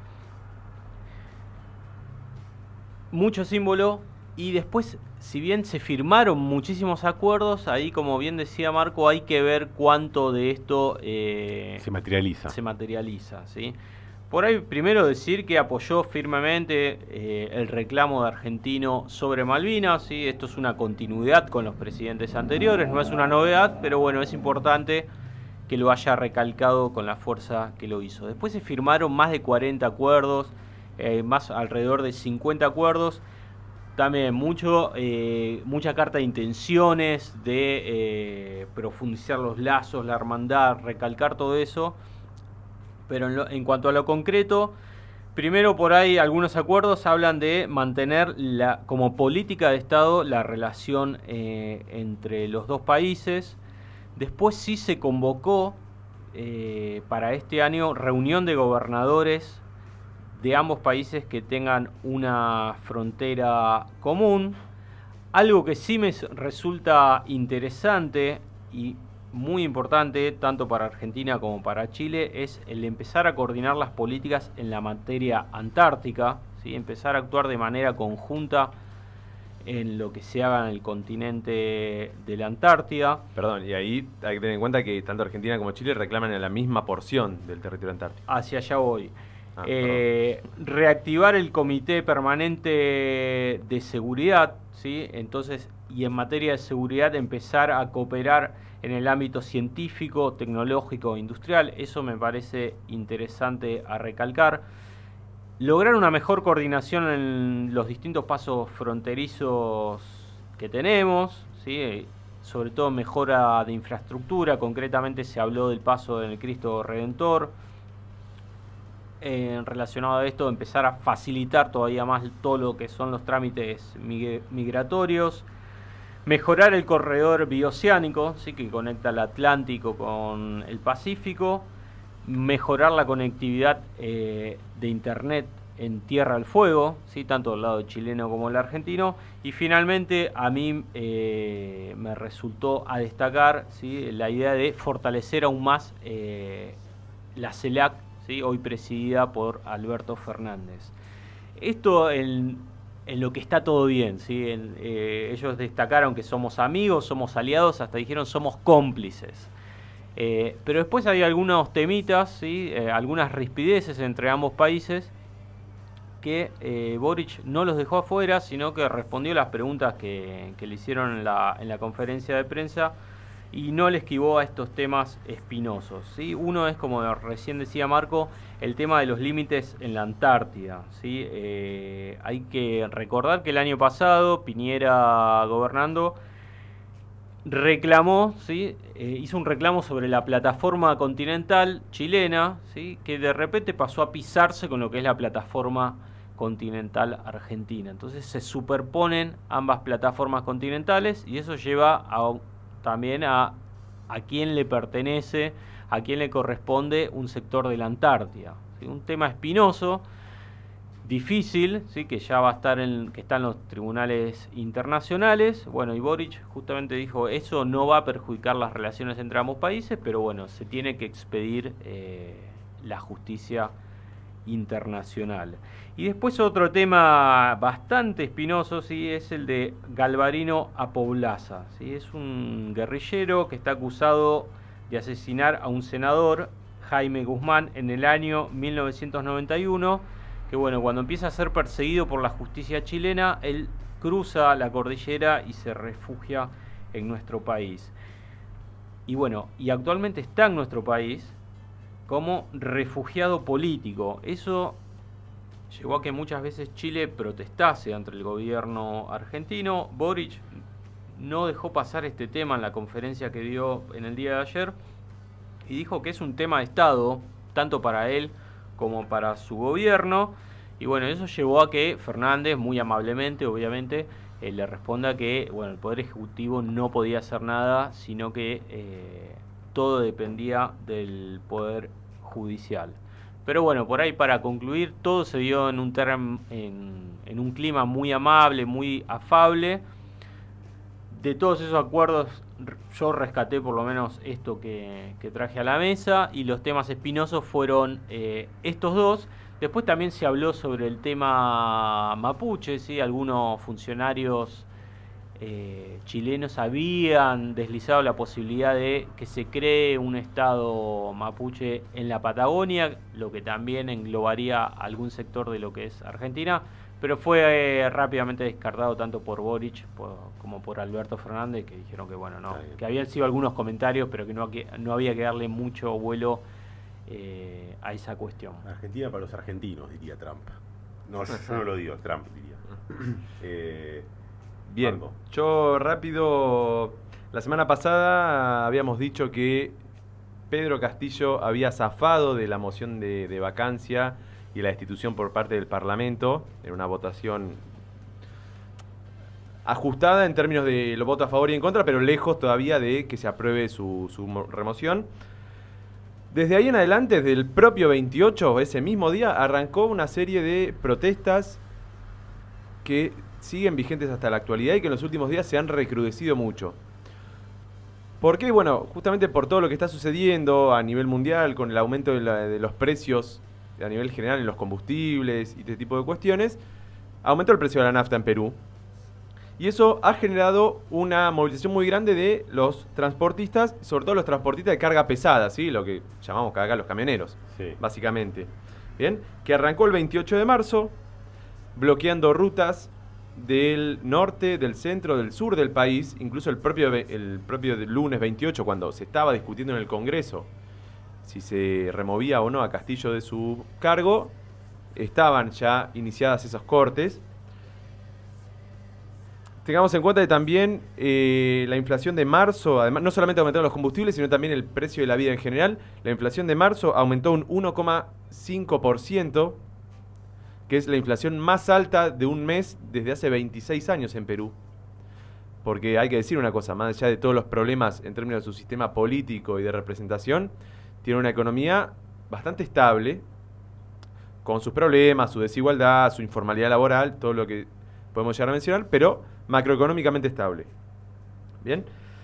Mucho símbolo. Y después, si bien se firmaron muchísimos acuerdos, ahí como bien decía Marco, hay que ver cuánto de esto eh, se materializa. Se materializa, ¿sí? Por ahí primero decir que apoyó firmemente eh, el reclamo de Argentino sobre Malvinas, ¿sí? Esto es una continuidad con los presidentes anteriores, no es una novedad, pero bueno, es importante que lo haya recalcado con la fuerza que lo hizo. Después se firmaron más de cuarenta acuerdos, eh, más alrededor de cincuenta acuerdos, también mucho, eh, mucha carta de intenciones de eh, profundizar los lazos, la hermandad, recalcar todo eso. Pero en, lo, en cuanto a lo concreto, primero por ahí algunos acuerdos hablan de mantener la, como política de Estado la relación eh, entre los dos países. Después sí se convocó eh, para este año reunión de gobernadores de ambos países que tengan una frontera común. Algo que sí me resulta interesante y muy importante, tanto para Argentina como para Chile, es el empezar a coordinar las políticas en la materia antártica, ¿sí? Empezar a actuar de manera conjunta en lo que se haga en el continente de la Antártida. Perdón, y ahí hay que tener en cuenta que tanto Argentina como Chile reclaman en la misma porción del territorio antártico. Hacia allá voy. Ah, eh, reactivar el Comité Permanente de Seguridad, ¿sí? Entonces, y en materia de seguridad empezar a cooperar en el ámbito científico, tecnológico e industrial. Eso me parece interesante a recalcar. Lograr una mejor coordinación en los distintos pasos fronterizos que tenemos, ¿sí? Sobre todo mejora de infraestructura. Concretamente se habló del paso del Cristo Redentor. Eh, relacionado a esto, empezar a facilitar todavía más todo lo que son los trámites mig migratorios. Mejorar el corredor bioceánico, ¿sí? Que conecta el Atlántico con el Pacífico. Mejorar la conectividad eh, de internet en Tierra del Fuego, ¿sí? Tanto del lado chileno como el argentino. Y finalmente a mí eh, me resultó a destacar, ¿sí? La idea de fortalecer aún más eh, la CELAC, ¿sí? Hoy presidida por Alberto Fernández. Esto en, en lo que está todo bien, ¿sí? En, eh, ellos destacaron que somos amigos, somos aliados, hasta dijeron somos cómplices. Eh, pero después hay algunos temitas, ¿sí? eh, algunas rispideces entre ambos países que eh, Boric no los dejó afuera, sino que respondió las preguntas que, que le hicieron en la, en la conferencia de prensa y no le esquivó a estos temas espinosos, ¿sí? Uno es, como recién decía Marco, el tema de los límites en la Antártida, ¿sí? Eh, hay que recordar que el año pasado Piñera, gobernando, reclamó, ¿sí? eh, hizo un reclamo sobre la plataforma continental chilena, ¿sí? Que de repente pasó a pisarse con lo que es la plataforma continental argentina. Entonces se superponen ambas plataformas continentales y eso lleva a, también a a quién le pertenece, a quién le corresponde un sector de la Antártida, ¿sí? Un tema espinoso, difícil, ¿sí? Que ya va a estar en, que está en los tribunales internacionales. Bueno, y Boric justamente dijo, eso no va a perjudicar las relaciones entre ambos países, pero bueno, se tiene que expedir eh, la justicia internacional. Y después otro tema bastante espinoso, ¿sí? Es el de Galvarino Apoblaza, ¿sí? Es un guerrillero que está acusado de asesinar a un senador, Jaime Guzmán, en el año mil novecientos noventa y uno, que bueno, cuando empieza a ser perseguido por la justicia chilena, él cruza la cordillera y se refugia en nuestro país. Y bueno, y actualmente está en nuestro país como refugiado político. Eso llevó a que muchas veces Chile protestase ante el gobierno argentino. Boric no dejó pasar este tema en la conferencia que dio en el día de ayer y dijo que es un tema de Estado, tanto para él como para su gobierno. Y bueno, eso llevó a que Fernández, muy amablemente, obviamente, eh, le responda que bueno, el Poder Ejecutivo no podía hacer nada, sino que eh, todo dependía del Poder Judicial. Pero bueno, por ahí para concluir, todo se dio en un, term, en, en un clima muy amable, muy afable. De todos esos acuerdos yo rescaté por lo menos esto que, que traje a la mesa, y los temas espinosos fueron eh, estos dos. Después también se habló sobre el tema mapuche, ¿sí? Algunos funcionarios eh, chilenos habían deslizado la posibilidad de que se cree un estado mapuche en la Patagonia, lo que también englobaría algún sector de lo que es Argentina, pero fue eh, rápidamente descartado tanto por Boric por, como por Alberto Fernández, que dijeron que bueno, no, que habían sido algunos comentarios, pero que no, que no había que darle mucho vuelo eh, a esa cuestión. Argentina para los argentinos, diría Trump. No, yo no lo digo, Trump diría. eh, Bien, Marco. Yo rápido, la semana pasada habíamos dicho que Pedro Castillo había zafado de la moción de, de vacancia y la destitución por parte del Parlamento, en una votación ajustada en términos de los votos a favor y en contra, pero lejos todavía de que se apruebe su, su remoción. Desde ahí en adelante, desde el propio veintiocho, ese mismo día, arrancó una serie de protestas que siguen vigentes hasta la actualidad y que en los últimos días se han recrudecido mucho. ¿Por qué? Bueno, justamente por todo lo que está sucediendo a nivel mundial, con el aumento de, la, de los precios a nivel general en los combustibles y este tipo de cuestiones, aumentó el precio de la nafta en Perú. Y eso ha generado una movilización muy grande de los transportistas, sobre todo los transportistas de carga pesada, ¿sí? Lo que llamamos acá los camioneros, Sí. básicamente. Bien, que arrancó el veintiocho de marzo, bloqueando rutas del norte, del centro, del sur del país. Incluso el propio, el propio lunes veintiocho, cuando se estaba discutiendo en el Congreso si se removía o no a Castillo de su cargo, estaban ya iniciadas esos cortes. Tengamos en cuenta que también eh, la inflación de marzo, además, no solamente aumentaron los combustibles, sino también el precio de la vida en general. La inflación de marzo aumentó un uno coma cinco por ciento, que es la inflación más alta de un mes desde hace veintiséis años en Perú. Porque hay que decir una cosa, más allá de todos los problemas en términos de su sistema político y de representación, tiene una economía bastante estable, con sus problemas, su desigualdad, su informalidad laboral, todo lo que podemos llegar a mencionar, pero macroeconómicamente estable. Bien.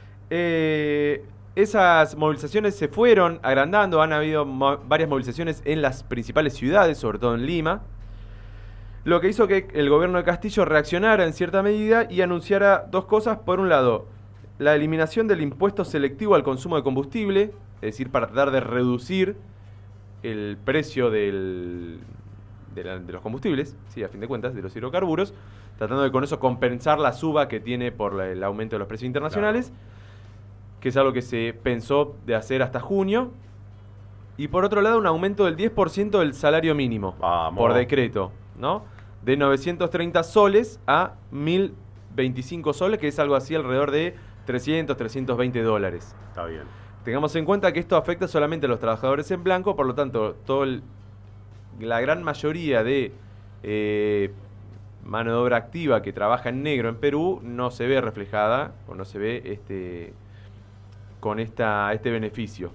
Eh, esas movilizaciones se fueron agrandando, han habido mo- varias movilizaciones en las principales ciudades, sobre todo en Lima, lo que hizo que el gobierno de Castillo reaccionara en cierta medida y anunciara dos cosas. Por un lado, la eliminación del impuesto selectivo al consumo de combustible, es decir, para tratar de reducir el precio del, de, la, de los combustibles, sí, a fin de cuentas, de los hidrocarburos, tratando de con eso compensar la suba que tiene por la, el aumento de los precios internacionales, claro, que es algo que se pensó de hacer hasta junio. Y por otro lado, un aumento del diez por ciento del salario mínimo, Vamos. por decreto, ¿no? De novecientos treinta soles a mil veinticinco soles, que es algo así alrededor de trescientos, trescientos veinte dólares. Está bien. Tengamos en cuenta que esto afecta solamente a los trabajadores en blanco, por lo tanto, todo el, la gran mayoría de eh, mano de obra activa que trabaja en negro en Perú no se ve reflejada o no se ve este, con esta, este beneficio.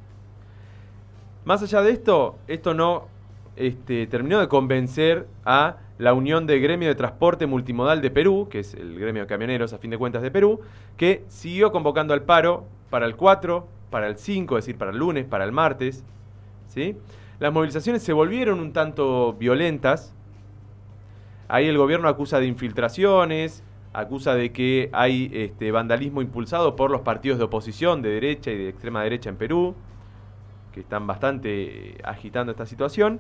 Más allá de esto, esto no este, terminó de convencer a la Unión de Gremio de Transporte Multimodal de Perú, que es el gremio de camioneros a fin de cuentas de Perú, que siguió convocando al paro para el cuatro, para el cinco, es decir, para el lunes, para el martes, ¿sí? Las movilizaciones se volvieron un tanto violentas. Ahí el gobierno acusa de infiltraciones, acusa de que hay este, vandalismo impulsado por los partidos de oposición de derecha y de extrema derecha en Perú, que están bastante agitando esta situación.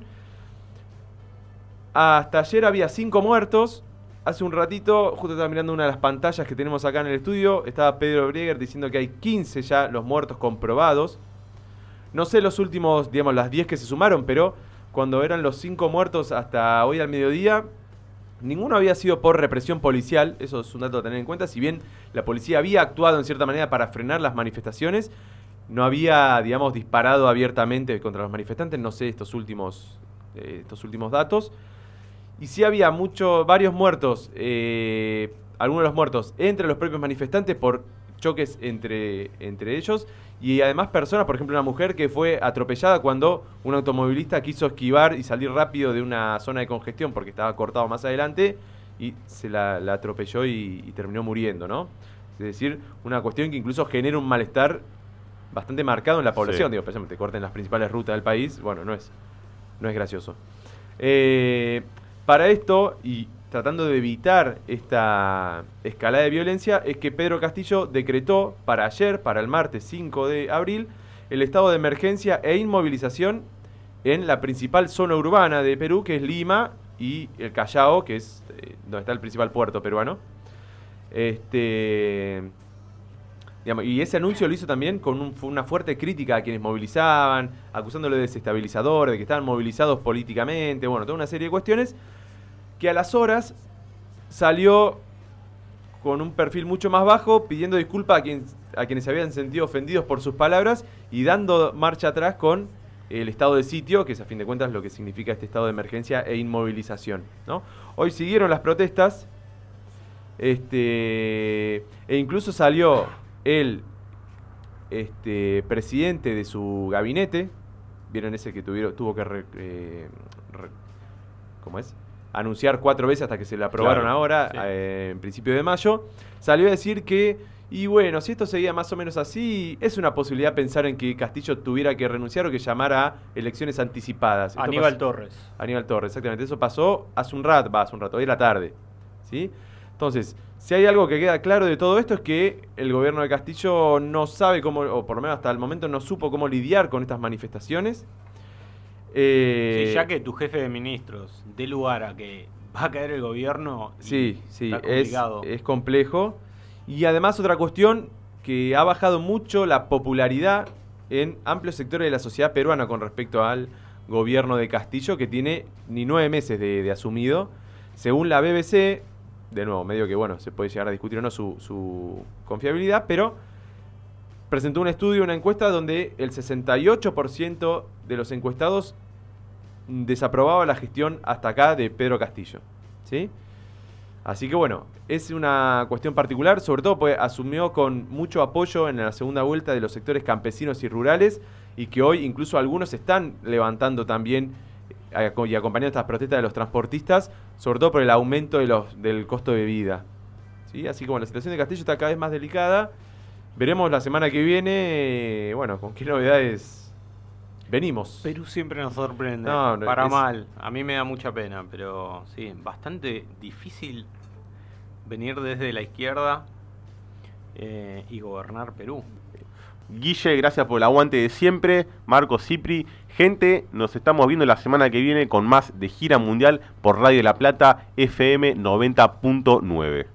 Hasta ayer había cinco muertos. Hace un ratito, justo estaba mirando una de las pantallas que tenemos acá en el estudio, estaba Pedro Brieger diciendo que hay quince ya los muertos comprobados. No sé los últimos, digamos, las diez que se sumaron, pero cuando eran los cinco muertos hasta hoy al mediodía, ninguno había sido por represión policial. Eso es un dato a tener en cuenta. Si bien la policía había actuado en cierta manera para frenar las manifestaciones, no había, digamos, disparado abiertamente contra los manifestantes. No sé estos últimos, eh, estos últimos datos. Y sí había muchos, varios muertos, eh, algunos de los muertos entre los propios manifestantes por choques entre, entre ellos. Y además personas, por ejemplo una mujer que fue atropellada cuando un automovilista quiso esquivar y salir rápido de una zona de congestión porque estaba cortado más adelante y se la, la atropelló y, y terminó muriendo, ¿no? Es decir, una cuestión que incluso genera un malestar bastante marcado en la población. Sí. Digo, por ejemplo, te corten las principales rutas del país, bueno, no es, no es gracioso. Eh... Para esto, y tratando de evitar esta escalada de violencia, es que Pedro Castillo decretó para ayer, para el martes cinco de abril, el estado de emergencia e inmovilización en la principal zona urbana de Perú, que es Lima y el Callao, que es eh, donde está el principal puerto peruano. Este, digamos, y ese anuncio lo hizo también con un, una fuerte crítica a quienes movilizaban, acusándolo de desestabilizador, de que estaban movilizados políticamente, bueno, toda una serie de cuestiones, que a las horas salió con un perfil mucho más bajo, pidiendo disculpas a, quien, a quienes se habían sentido ofendidos por sus palabras y dando marcha atrás con el estado de sitio, que es a fin de cuentas lo que significa este estado de emergencia e inmovilización, ¿no? Hoy siguieron las protestas, este, e incluso salió el este, presidente de su gabinete, ¿vieron ese que tuvieron, tuvo que re, eh, re, ¿cómo es? anunciar cuatro veces hasta que se le aprobaron, claro, ahora, sí. eh, en principio de mayo, salió a decir que, y bueno, si esto seguía más o menos así, es una posibilidad pensar en que Castillo tuviera que renunciar o que llamara a elecciones anticipadas. Aníbal Torres. Aníbal Torres, exactamente. Eso pasó hace un rato, va, hace un rato, hoy era tarde, ¿sí? Entonces, Si hay algo que queda claro de todo esto es que el gobierno de Castillo no sabe cómo, o por lo menos hasta el momento no supo cómo lidiar con estas manifestaciones. Eh, sí, ya que tu jefe de ministros dé lugar a que va a caer el gobierno. Sí, sí, es, es complejo. Y además otra cuestión, que ha bajado mucho la popularidad en amplios sectores de la sociedad peruana con respecto al gobierno de Castillo, que tiene ni nueve meses de, de asumido. Según la B B C, de nuevo, medio que bueno, se puede llegar a discutir o no su, su confiabilidad, pero presentó un estudio, una encuesta donde el sesenta y ocho por ciento de los encuestados desaprobaba la gestión hasta acá de Pedro Castillo, ¿sí? Así que bueno, es una cuestión particular, sobre todo porque asumió con mucho apoyo en la segunda vuelta de los sectores campesinos y rurales, y que hoy incluso algunos están levantando también y acompañando estas protestas de los transportistas, sobre todo por el aumento de los, del costo de vida, ¿sí? Así como la situación de Castillo está cada vez más delicada, veremos la semana que viene, bueno, con qué novedades venimos. Perú siempre nos sorprende, no, no, para es... mal. A mí me da mucha pena, pero sí, bastante difícil venir desde la izquierda eh, y gobernar Perú. Guille, gracias por el aguante de siempre. Marco, Cipri. Gente, nos estamos viendo la semana que viene con más de Gira Mundial por Radio La Plata F M noventa punto nueve.